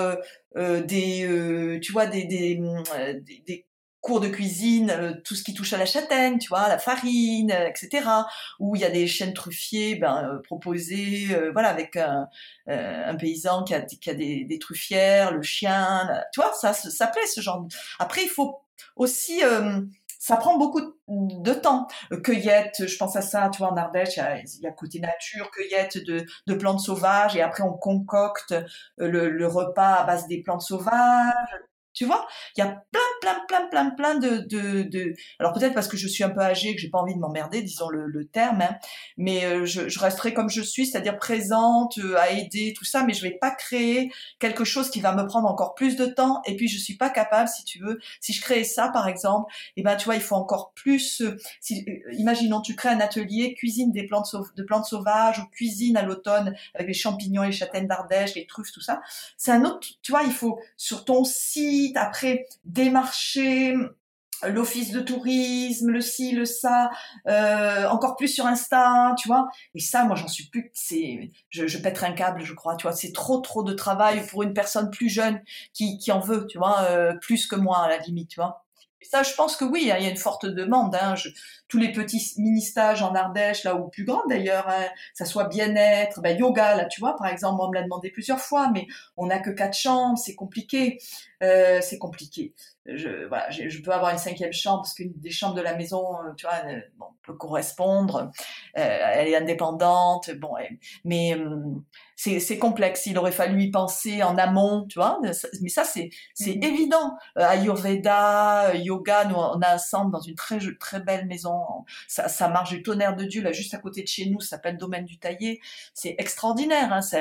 tu vois, des cours de cuisine, tout ce qui touche à la châtaigne, tu vois, la farine, etc. Où il y a des chaînes truffiers, proposées, voilà, avec un paysan qui a des truffières, le chien, tu vois, ça plaît ce genre. Après, il faut aussi, ça prend beaucoup de temps. Cueillette, je pense à ça, tu vois, en Ardèche, il y a côté nature, cueillette de plantes sauvages, et après on concocte le repas à base des plantes sauvages. Tu vois, il y a plein Alors peut-être parce que je suis un peu âgée, que j'ai pas envie de m'emmerder, disons le terme, hein, mais je resterai comme je suis, c'est-à-dire présente, à aider, tout ça, mais je vais pas créer quelque chose qui va me prendre encore plus de temps. Et puis je suis pas capable, si tu veux, si je crée ça par exemple, et ben tu vois, il faut encore plus. Imaginons, tu crées un atelier cuisine de plantes sauvages ou cuisine à l'automne avec les champignons, les châtaignes d'Ardèche, les truffes, tout ça. C'est un autre. Tu vois, il faut sur ton site après démarcher l'office de tourisme, le ci, le ça, encore plus sur Insta, tu vois. Et ça, moi, j'en suis plus. Je pèterai un câble, je crois. Tu vois, c'est trop de travail pour une personne plus jeune qui en veut, tu vois, plus que moi à la limite, tu vois. Et ça, je pense que oui, hein, il y a une forte demande. Hein. Tous les petits mini-stages en Ardèche, là, ou plus grands d'ailleurs, hein, ça soit bien-être, yoga, là, tu vois, par exemple, moi, on me l'a demandé plusieurs fois, mais on n'a que 4 chambres, c'est compliqué. C'est compliqué. Voilà, je peux avoir une 5e chambre parce qu'une des chambres de la maison, tu vois, bon, peut correspondre. Elle est indépendante, bon, mais c'est complexe. Il aurait fallu y penser en amont, tu vois. Mais ça, c'est évident. Ayurveda, yoga, nous, on a un centre dans une très belle maison. Ça marche du tonnerre de Dieu, là, juste à côté de chez nous. Ça s'appelle Domaine du Taillé. C'est extraordinaire. Hein,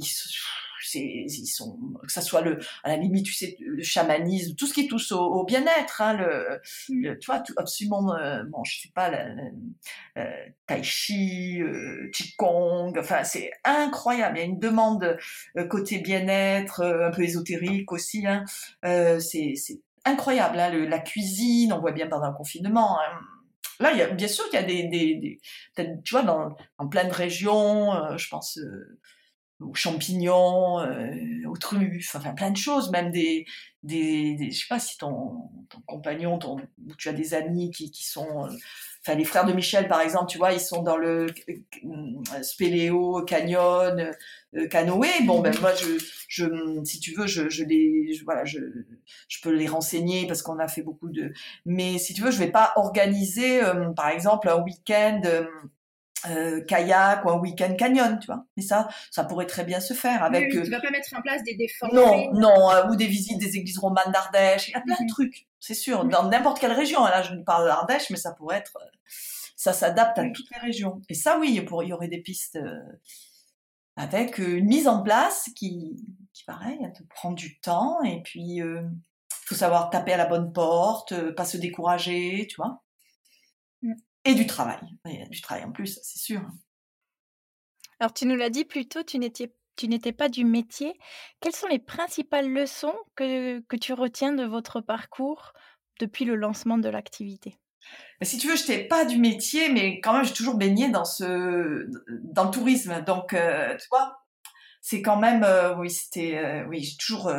ils sont, que ça soit à la limite, tu sais, le chamanisme, tout ce qui touche au bien-être, hein, tu vois, absolument, bon, je sais pas, tai chi, qigong, enfin, c'est incroyable. Il y a une demande côté bien-être, un peu ésotérique aussi, hein, c'est incroyable, hein, la cuisine, on voit bien pendant le confinement, hein. Là, bien sûr qu'il y a peut-être, tu vois, en plein de régions, je pense, aux champignons, aux truffes, enfin plein de choses, même je sais pas si ton compagnon, ou tu as des amis qui sont, enfin les frères de Michel par exemple, tu vois, ils sont dans le spéléo, canyon, canoë. Bon ben moi si tu veux, voilà, je peux les renseigner parce qu'on a fait beaucoup de. Mais si tu veux, je vais pas organiser, par exemple, un week-end. Kayak ou un week-end canyon, tu vois. Mais ça pourrait très bien se faire avec. Oui, tu vas pas mettre en place des Non, forfaits. non, ou des visites des églises romanes d'Ardèche. Il y a plein de trucs, c'est sûr, dans n'importe quelle région. Là, je ne parle d'Ardèche, mais ça pourrait être. Ça s'adapte à toutes les régions. Et ça, oui, il y aurait des pistes avec une mise en place qui pareil, te prend du temps. Et puis, faut savoir taper à la bonne porte, pas se décourager, tu vois. Et du travail. Il y a du travail en plus, c'est sûr. Alors, tu nous l'as dit plus tôt, tu n'étais pas du métier. Quelles sont les principales leçons que tu retiens de votre parcours depuis le lancement de l'activité? Si tu veux, je n'étais pas du métier, mais quand même, j'ai toujours baigné dans le tourisme. Donc, tu vois, c'est quand même, oui, oui, j'ai toujours,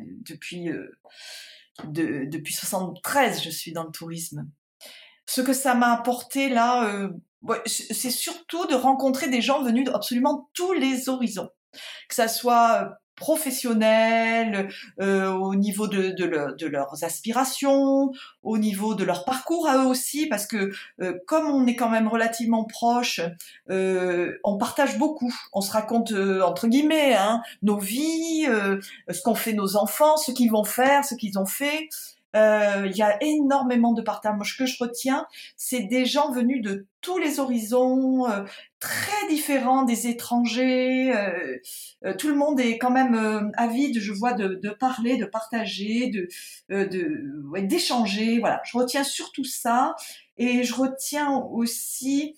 depuis 73, je suis dans le tourisme. Ce que ça m'a apporté là, c'est surtout de rencontrer des gens venus d'absolument tous les horizons, que ça soit professionnel, au niveau de leurs aspirations, au niveau de leur parcours à eux aussi, parce que comme on est quand même relativement proches, on partage beaucoup, on se raconte entre guillemets nos vies, ce qu'ont fait nos enfants, ce qu'ils vont faire, ce qu'ils ont fait. Il y a énormément de partage. Moi, ce que je retiens, c'est des gens venus de tous les horizons, très différents des étrangers. Tout le monde est quand même avide, je vois, de parler, de partager, d'échanger. Voilà, je retiens surtout ça, et je retiens aussi.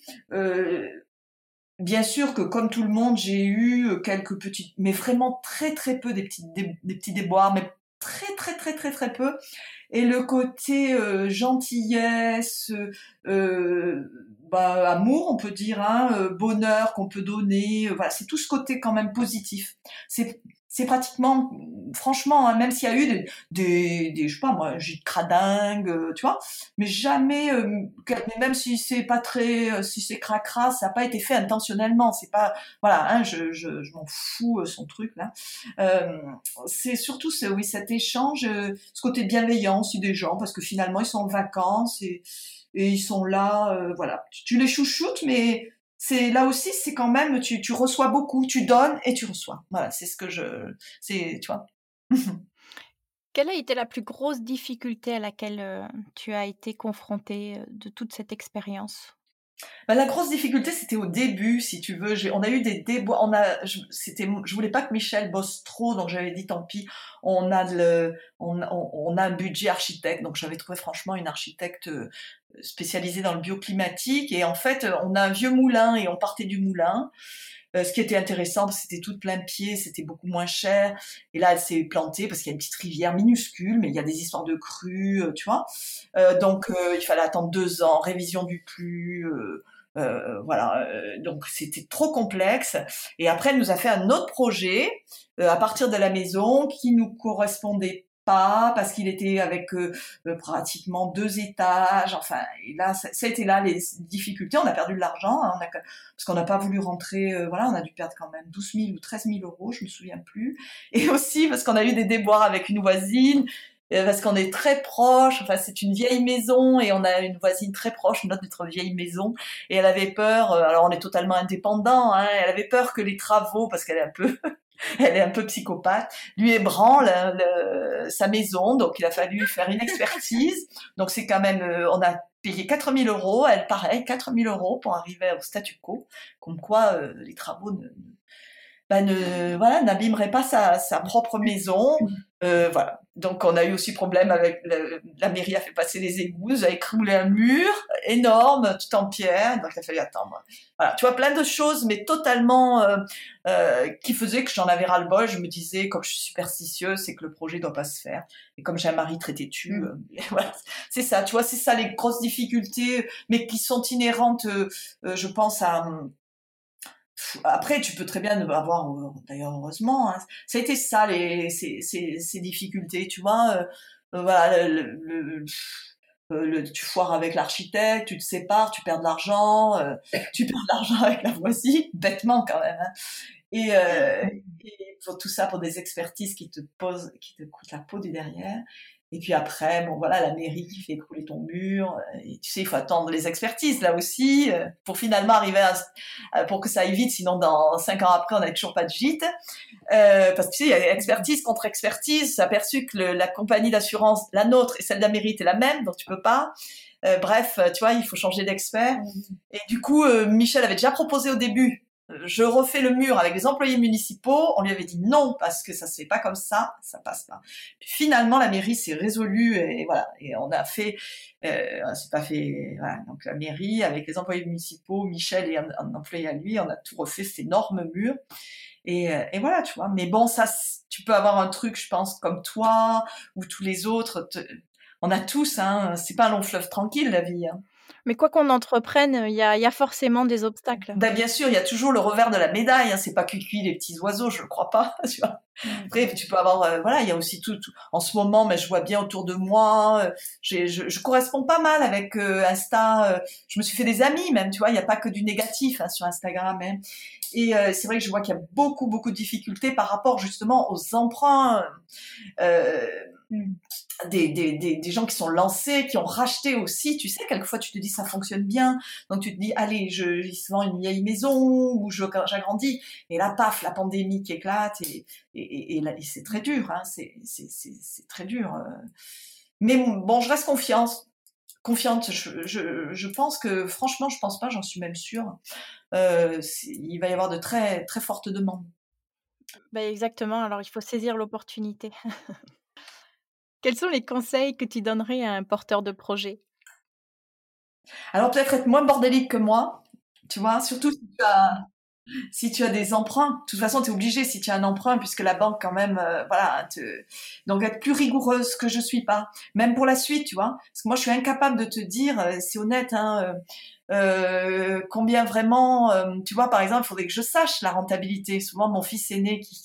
Bien sûr que comme tout le monde, j'ai eu quelques petites, mais vraiment très très peu, des petits déboires, mais très très très très très peu. Et le côté gentillesse, amour, on peut dire, bonheur qu'on peut donner, voilà, c'est tout ce côté quand même positif. C'est pratiquement, franchement, même s'il y a eu je sais pas moi, j'ai de cradingue, tu vois, mais jamais, mais même si c'est pas très, si c'est cracra, ça n'a pas été fait intentionnellement. C'est pas, voilà, je m'en fous son truc là. C'est surtout oui, cet échange, ce côté bienveillant aussi des gens, parce que finalement ils sont en vacances et ils sont là, voilà. Tu les chouchoutes, mais c'est là aussi, c'est quand même, tu reçois beaucoup, tu donnes et tu reçois. Voilà, c'est tu vois. Quelle a été la plus grosse difficulté à laquelle tu as été confrontée de toute cette expérience? La grosse difficulté, c'était au début, si tu veux. On a eu des déboires. Je voulais pas que Michel bosse trop, donc j'avais dit tant pis. On a un budget architecte, donc j'avais trouvé franchement une architecte spécialisée dans le bioclimatique. Et en fait, on a un vieux moulin et on partait du moulin. Ce qui était intéressant, parce que c'était tout plein pied, c'était beaucoup moins cher. Et là, elle s'est plantée parce qu'il y a une petite rivière minuscule, mais il y a des histoires de crues, tu vois. Donc, il fallait attendre 2 ans, révision du plus. Voilà, donc c'était trop complexe. Et après, elle nous a fait un autre projet à partir de la maison qui nous correspondait pas parce qu'il était avec pratiquement 2 étages. Enfin, et là, ça a été là les difficultés. On a perdu de l'argent, parce qu'on n'a pas voulu rentrer. Voilà, on a dû perdre quand même 12 000 ou 13 000 euros, je me souviens plus. Et aussi parce qu'on a eu des déboires avec une voisine. Parce qu'on est très proche, enfin c'est une vieille maison et on a une voisine très proche, notre vieille maison, et elle avait peur, alors on est totalement indépendant, elle avait peur que les travaux, parce qu'elle est elle est un peu psychopathe, lui ébranlent sa maison, donc il a fallu faire une expertise, donc c'est quand même, on a payé 4 000 euros, elle pareil, 4 000 euros pour arriver au statu quo, comme quoi les travaux voilà, n'abîmerait pas sa propre maison. Voilà. Donc on a eu aussi problème avec la mairie a fait passer les égouts, ils avaient écroulé un mur énorme, tout en pierre, donc il a fallu attendre. Voilà, tu vois, plein de choses, mais totalement qui faisaient que j'en avais ras-le-bol. Je me disais, comme je suis superstitieuse, c'est que le projet doit pas se faire. Et comme j'ai un mari très têtu, voilà, c'est ça. Tu vois, c'est ça les grosses difficultés, mais qui sont inhérentes, je pense Après, tu peux très bien ne pas avoir, d'ailleurs heureusement, hein, ça a été ça, ces difficultés, tu vois. Voilà, tu foires avec l'architecte, tu te sépares, tu perds de l'argent, tu perds de l'argent avec la voisine, bêtement quand même. Hein. Et pour tout ça, pour des expertises qui te coûtent la peau du derrière. Et puis après, bon voilà, la mairie qui fait couler ton mur. Et tu sais, il faut attendre les expertises là aussi pour finalement arriver pour que ça aille vite. Sinon, dans 5 ans après, on n'a toujours pas de gîte. Parce que tu sais, il y a expertise contre expertise. C'est aperçu que la compagnie d'assurance, la nôtre et celle de la mairie, est la même, donc tu peux pas. Bref, tu vois, il faut changer d'expert. Et du coup, Michel avait déjà proposé au début je refais le mur avec les employés municipaux. On lui avait dit non parce que ça se fait pas comme ça passe pas. Puis finalement, la mairie s'est résolue et voilà. Et on a fait, c'est pas fait. Voilà. Donc la mairie avec les employés municipaux, Michel et un employé à lui, on a tout refait cet énorme mur. Et voilà, tu vois. Mais bon, ça, tu peux avoir un truc, je pense, comme toi ou tous les autres. On a tous, hein. C'est pas un long fleuve tranquille la vie. Hein. Mais quoi qu'on entreprenne, il y a forcément des obstacles. Ben bien sûr, il y a toujours le revers de la médaille. Hein. C'est pas cuicui les petits oiseaux, je ne crois pas. Tu vois. Après, tu peux avoir, voilà, il y a aussi tout. En ce moment, mais je vois bien autour de moi. Je corresponds pas mal avec Insta. Je me suis fait des amis même. Tu vois, il n'y a pas que du négatif hein, sur Instagram. Hein. Et c'est vrai que je vois qu'il y a beaucoup de difficultés par rapport justement aux emprunts. Des gens qui sont lancés, qui ont racheté aussi, tu sais, quelquefois tu te dis ça fonctionne bien, donc tu te dis allez, il se vend une vieille maison ou j'agrandis, et là paf, la pandémie qui éclate et là c'est très dur, hein, c'est très dur. Mais bon, je reste confiante. Je pense que franchement, je pense pas, j'en suis même sûre. Il va y avoir de très très fortes demandes. Ben exactement. Alors il faut saisir l'opportunité. Quels sont les conseils que tu donnerais à un porteur de projet? Alors peut-être être moins bordélique que moi, tu vois, surtout si tu as des emprunts. De toute façon, tu es obligé si tu as un emprunt, puisque la banque quand même, voilà. Donc être plus rigoureuse que je suis pas, même pour la suite, tu vois. Parce que moi, je suis incapable de te dire, c'est honnête, hein, combien vraiment, tu vois, par exemple, il faudrait que je sache la rentabilité. Souvent, mon fils aîné qui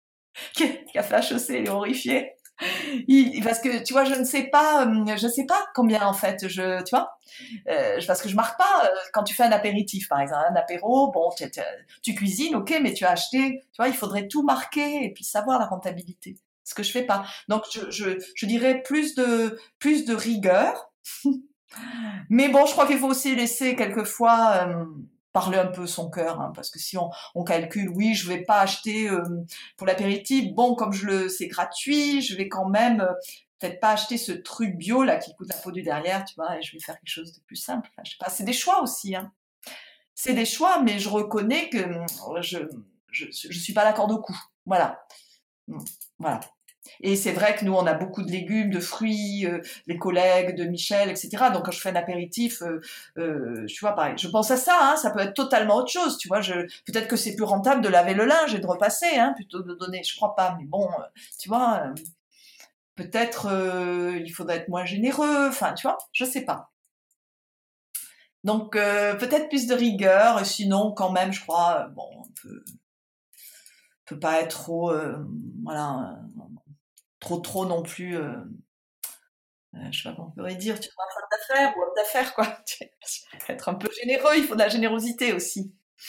a fait HEC, il est horrifié. Parce que tu vois, je sais pas combien en fait, tu vois, parce que je marque pas quand tu fais un apéritif, par exemple, un apéro, bon, tu cuisines, ok, mais tu as acheté, tu vois, il faudrait tout marquer et puis savoir la rentabilité. Ce que je fais pas. Donc je dirais plus de rigueur. Mais bon, je crois qu'il faut aussi laisser quelquefois parler un peu son cœur, hein, parce que si on calcule, oui, je vais pas acheter pour l'apéritif, bon, comme c'est gratuit, je vais quand même peut-être pas acheter ce truc bio là qui coûte la peau du derrière, tu vois, et je vais faire quelque chose de plus simple. Enfin, je sais pas, c'est des choix aussi, hein. C'est des choix, mais je reconnais que je suis pas la corde au cou. Voilà. Voilà. Et c'est vrai que nous, on a beaucoup de légumes, de fruits, les collègues de Michel, etc. Donc, quand je fais un apéritif, tu vois, pareil, je pense à ça, hein, ça peut être totalement autre chose, tu vois. Peut-être que c'est plus rentable de laver le linge et de repasser, hein, plutôt que de donner, je crois pas, mais bon, tu vois, peut-être il faudrait être moins généreux, enfin, tu vois, je sais pas. Donc, peut-être plus de rigueur, sinon, quand même, je crois, bon, on peut pas être trop, voilà, trop non plus, je sais pas comment on pourrait dire, tu vois, un femme d'affaires ou homme d'affaires, quoi. Être un peu généreux, il faut de la générosité aussi.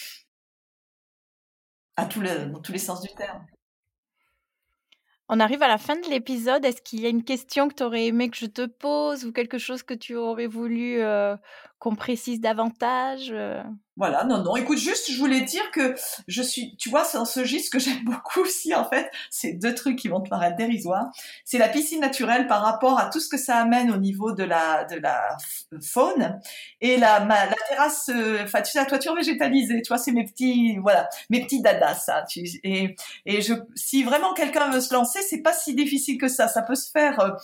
Dans tous les sens du terme. On arrive à la fin de l'épisode. Est-ce qu'il y a une question que tu aurais aimé que je te pose ou quelque chose que tu aurais voulu qu'on précise davantage? Voilà, non, écoute, juste, je voulais dire que tu vois, c'est dans ce gîte, ce que j'aime beaucoup aussi, en fait, c'est 2 trucs qui vont te paraître dérisoires. C'est la piscine naturelle par rapport à tout ce que ça amène au niveau de la faune et la terrasse, enfin, tu sais, la toiture végétalisée, tu vois, c'est mes petits dadas, ça. Si vraiment quelqu'un veut se lancer, c'est pas si difficile que ça. Ça peut se faire,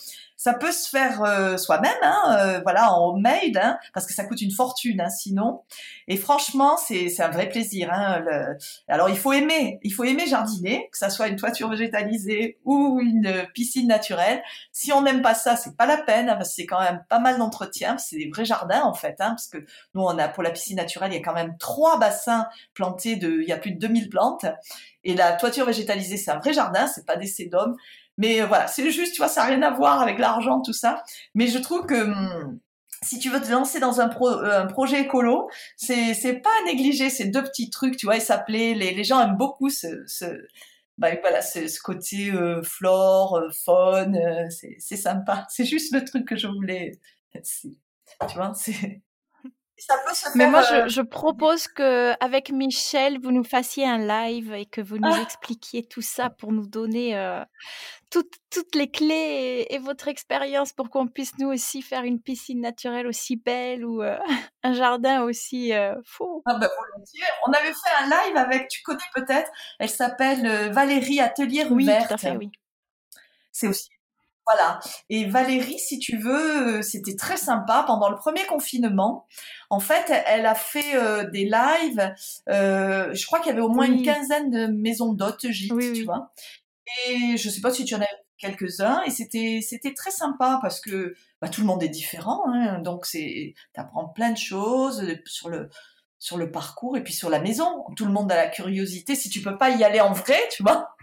ça peut se faire soi-même, hein, voilà, en homemade, hein, parce que ça coûte une fortune, hein, sinon. Et franchement, c'est un vrai plaisir. Hein, alors il faut aimer jardiner, que ça soit une toiture végétalisée ou une piscine naturelle. Si on n'aime pas ça, c'est pas la peine, hein, parce que c'est quand même pas mal d'entretien. C'est des vrais jardins en fait, hein, parce que nous on a pour la piscine naturelle, il y a quand même 3 bassins plantés il y a plus de 2000 plantes. Et la toiture végétalisée, c'est un vrai jardin, c'est pas des sédums. Mais voilà, c'est juste, tu vois, ça n'a rien à voir avec l'argent, tout ça. Mais je trouve que si tu veux te lancer dans un projet écolo, c'est pas à négliger ces 2 petits trucs, tu vois, et ça plaît. Les gens aiment beaucoup voilà, ce côté flore, faune, c'est sympa. C'est juste le truc que je voulais. Tu vois, ça peut se Mais faire. moi, je propose que avec Michel, vous nous fassiez un live et que vous nous expliquiez tout ça pour nous donner toutes les clés et votre expérience pour qu'on puisse nous aussi faire une piscine naturelle aussi belle ou un jardin aussi fou. Ah bah volontiers. On avait fait un live avec, tu connais peut-être, elle s'appelle Valérie Atelier Rue Oui, tout à Verte. fait, oui. C'est aussi, voilà. Et Valérie, si tu veux, c'était très sympa. Pendant le premier confinement, en fait, elle a fait des lives. Je crois qu'il y avait au moins une Oui, quinzaine de maisons d'hôtes oui, gîtes, tu oui. vois. Et je sais pas si tu en as vu quelques-uns. Et c'était très sympa parce que bah, tout le monde est différent, hein, donc t'apprends plein de choses sur le parcours et puis sur la maison. Tout le monde a la curiosité. Si tu peux pas y aller en vrai, tu vois,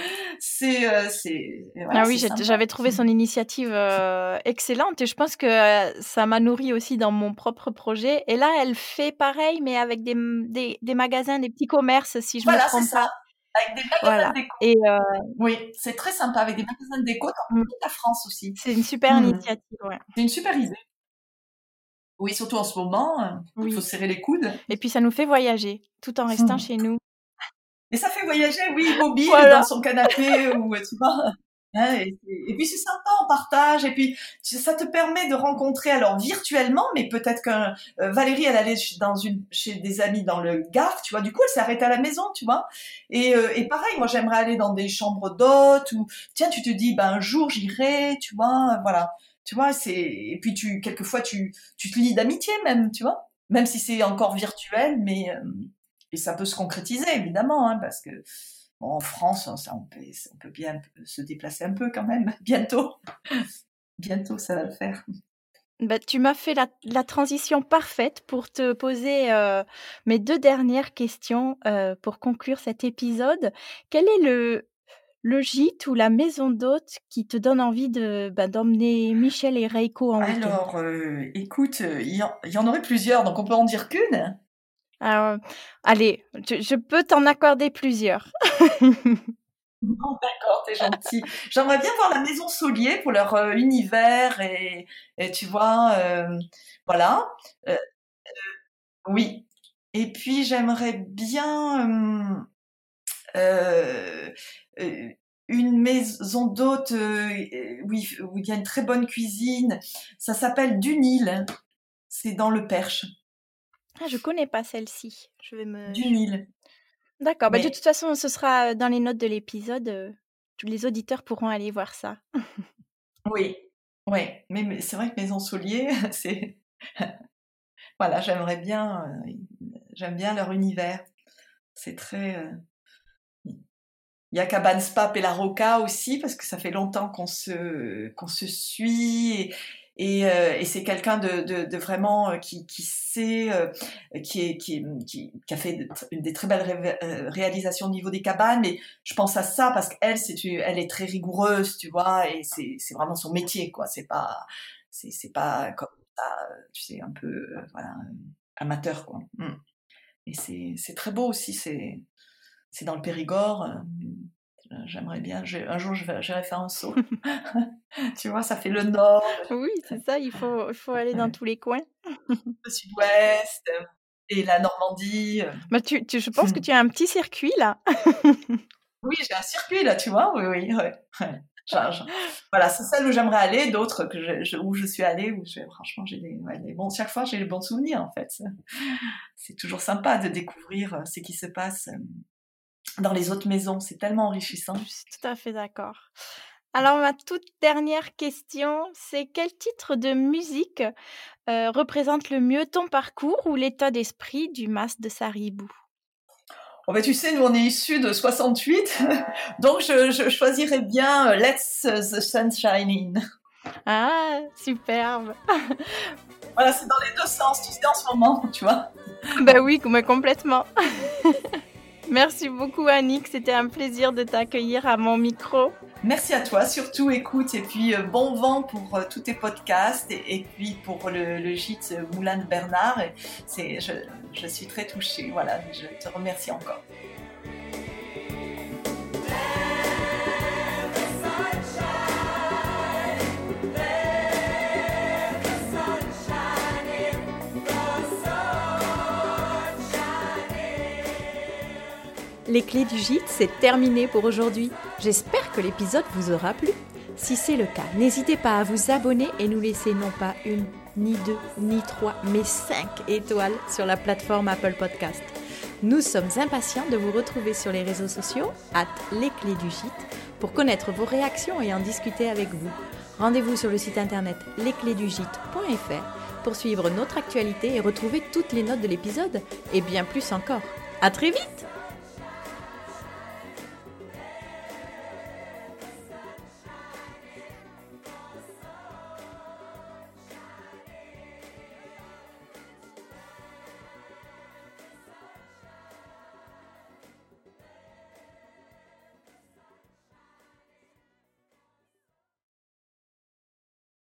voilà, Ah oui, c'est sympa. j'avais trouvé son initiative excellente et je pense que ça m'a nourri aussi dans mon propre projet. Et là, elle fait pareil, mais avec des magasins, des petits commerces, si je me Voilà, c'est trompe ça. pas. Avec des magasins Voilà. de déco. Et Oui, c'est très sympa avec des magasins de déco dans toute la France aussi. c'est une super Mmh. initiative, ouais. C'est une super idée. Oui, surtout en ce moment, il faut Oui. serrer les coudes. Et puis ça nous fait voyager tout en restant chez nous. Et ça fait voyager, oui, mobile dans Voilà. son canapé ou tu vois. Hein, et puis c'est sympa, on partage. Et puis ça te permet de rencontrer alors virtuellement, mais peut-être que Valérie, elle allait chez des amis dans le Gard, tu vois. Du coup, elle s'est arrêtée à la maison, tu vois. Et pareil, moi j'aimerais aller dans des chambres d'hôtes ou tiens, tu te dis, ben un jour j'irai, tu vois, voilà. Tu vois, et puis quelquefois tu te lis d'amitié même, tu vois. Même si c'est encore virtuel, mais et ça peut se concrétiser, évidemment, hein, parce que bon, en France, on peut bien se déplacer un peu quand même, bientôt. Bientôt, ça va le faire. Bah, tu m'as fait la transition parfaite pour te poser mes 2 dernières questions pour conclure cet épisode. Quel est le gîte ou la maison d'hôte qui te donne envie d'emmener Michel et Reiko en week-end? Alors, écoute, il y en aurait plusieurs, donc on peut en dire qu'une. Ah, allez, je peux t'en accorder plusieurs. Non, d'accord, t'es gentil. J'aimerais bien voir la maison Saulier pour leur univers et tu vois, voilà. Euh, oui. Et puis j'aimerais bien euh, euh, une maison d'hôte où il y a une très bonne cuisine. Ça s'appelle Dunil. C'est dans le Perche. Ah, je connais pas celle-ci. Dunil. D'accord, bah, de toute Mais façon, ce sera dans les notes de l'épisode, tous les auditeurs pourront aller voir ça. oui, ouais. Mais c'est vrai que Maison Saulier, c'est voilà, j'aime bien leur univers. C'est très. Il y a Cabane Spa et la Roca aussi parce que ça fait longtemps qu'on se suit et c'est quelqu'un de vraiment qui sait qui a fait des très belles réalisations au niveau des cabanes, mais je pense à ça parce qu'elle elle est très rigoureuse, tu vois, et c'est vraiment son métier, quoi. C'est pas comme ça, tu sais, un peu voilà, amateur, quoi. Et c'est très beau aussi, c'est dans le Périgord. J'aimerais bien, un jour j'irai faire un saut. Tu vois, ça fait le nord, Oui, c'est ça, il faut aller dans tous les coins. le sud-ouest et la Normandie. Bah, je pense que tu as un petit circuit là. Oui, j'ai un circuit là, tu vois. Oui, oui, ouais. Ouais. Voilà, c'est celle où j'aimerais aller, d'autres où je suis allée, franchement, chaque fois j'ai les bons souvenirs en fait. C'est toujours sympa de découvrir ce qui se passe dans les autres maisons. C'est tellement enrichissant. Je suis tout à fait d'accord. Alors, ma toute dernière question, c'est quel titre de musique représente le mieux ton parcours ou l'état d'esprit du Mas de Saribou? Oh ben, tu sais, nous on est issus de 68, donc je choisirais bien Let's the Sun Shine In. Ah, superbe. Voilà, c'est dans les deux sens, tu sais, en ce moment, tu vois. Ben oui, mais complètement. Merci beaucoup Annick, c'était un plaisir de t'accueillir à mon micro. Merci à toi, surtout écoute, et puis bon vent pour tous tes podcasts, et puis pour le gîte Moulin de Bernard. Je suis très touchée, voilà, je te remercie encore. Les clés du gîte, c'est terminé pour aujourd'hui. J'espère que l'épisode vous aura plu. Si c'est le cas, n'hésitez pas à vous abonner et nous laisser non pas 1, ni 2, ni 3, mais 5 étoiles sur la plateforme Apple Podcast. Nous sommes impatients de vous retrouver sur les réseaux sociaux, @lesclésdugîte, pour connaître vos réactions et en discuter avec vous. Rendez-vous sur le site internet lesclésdugîte.fr pour suivre notre actualité et retrouver toutes les notes de l'épisode, et bien plus encore. À très vite!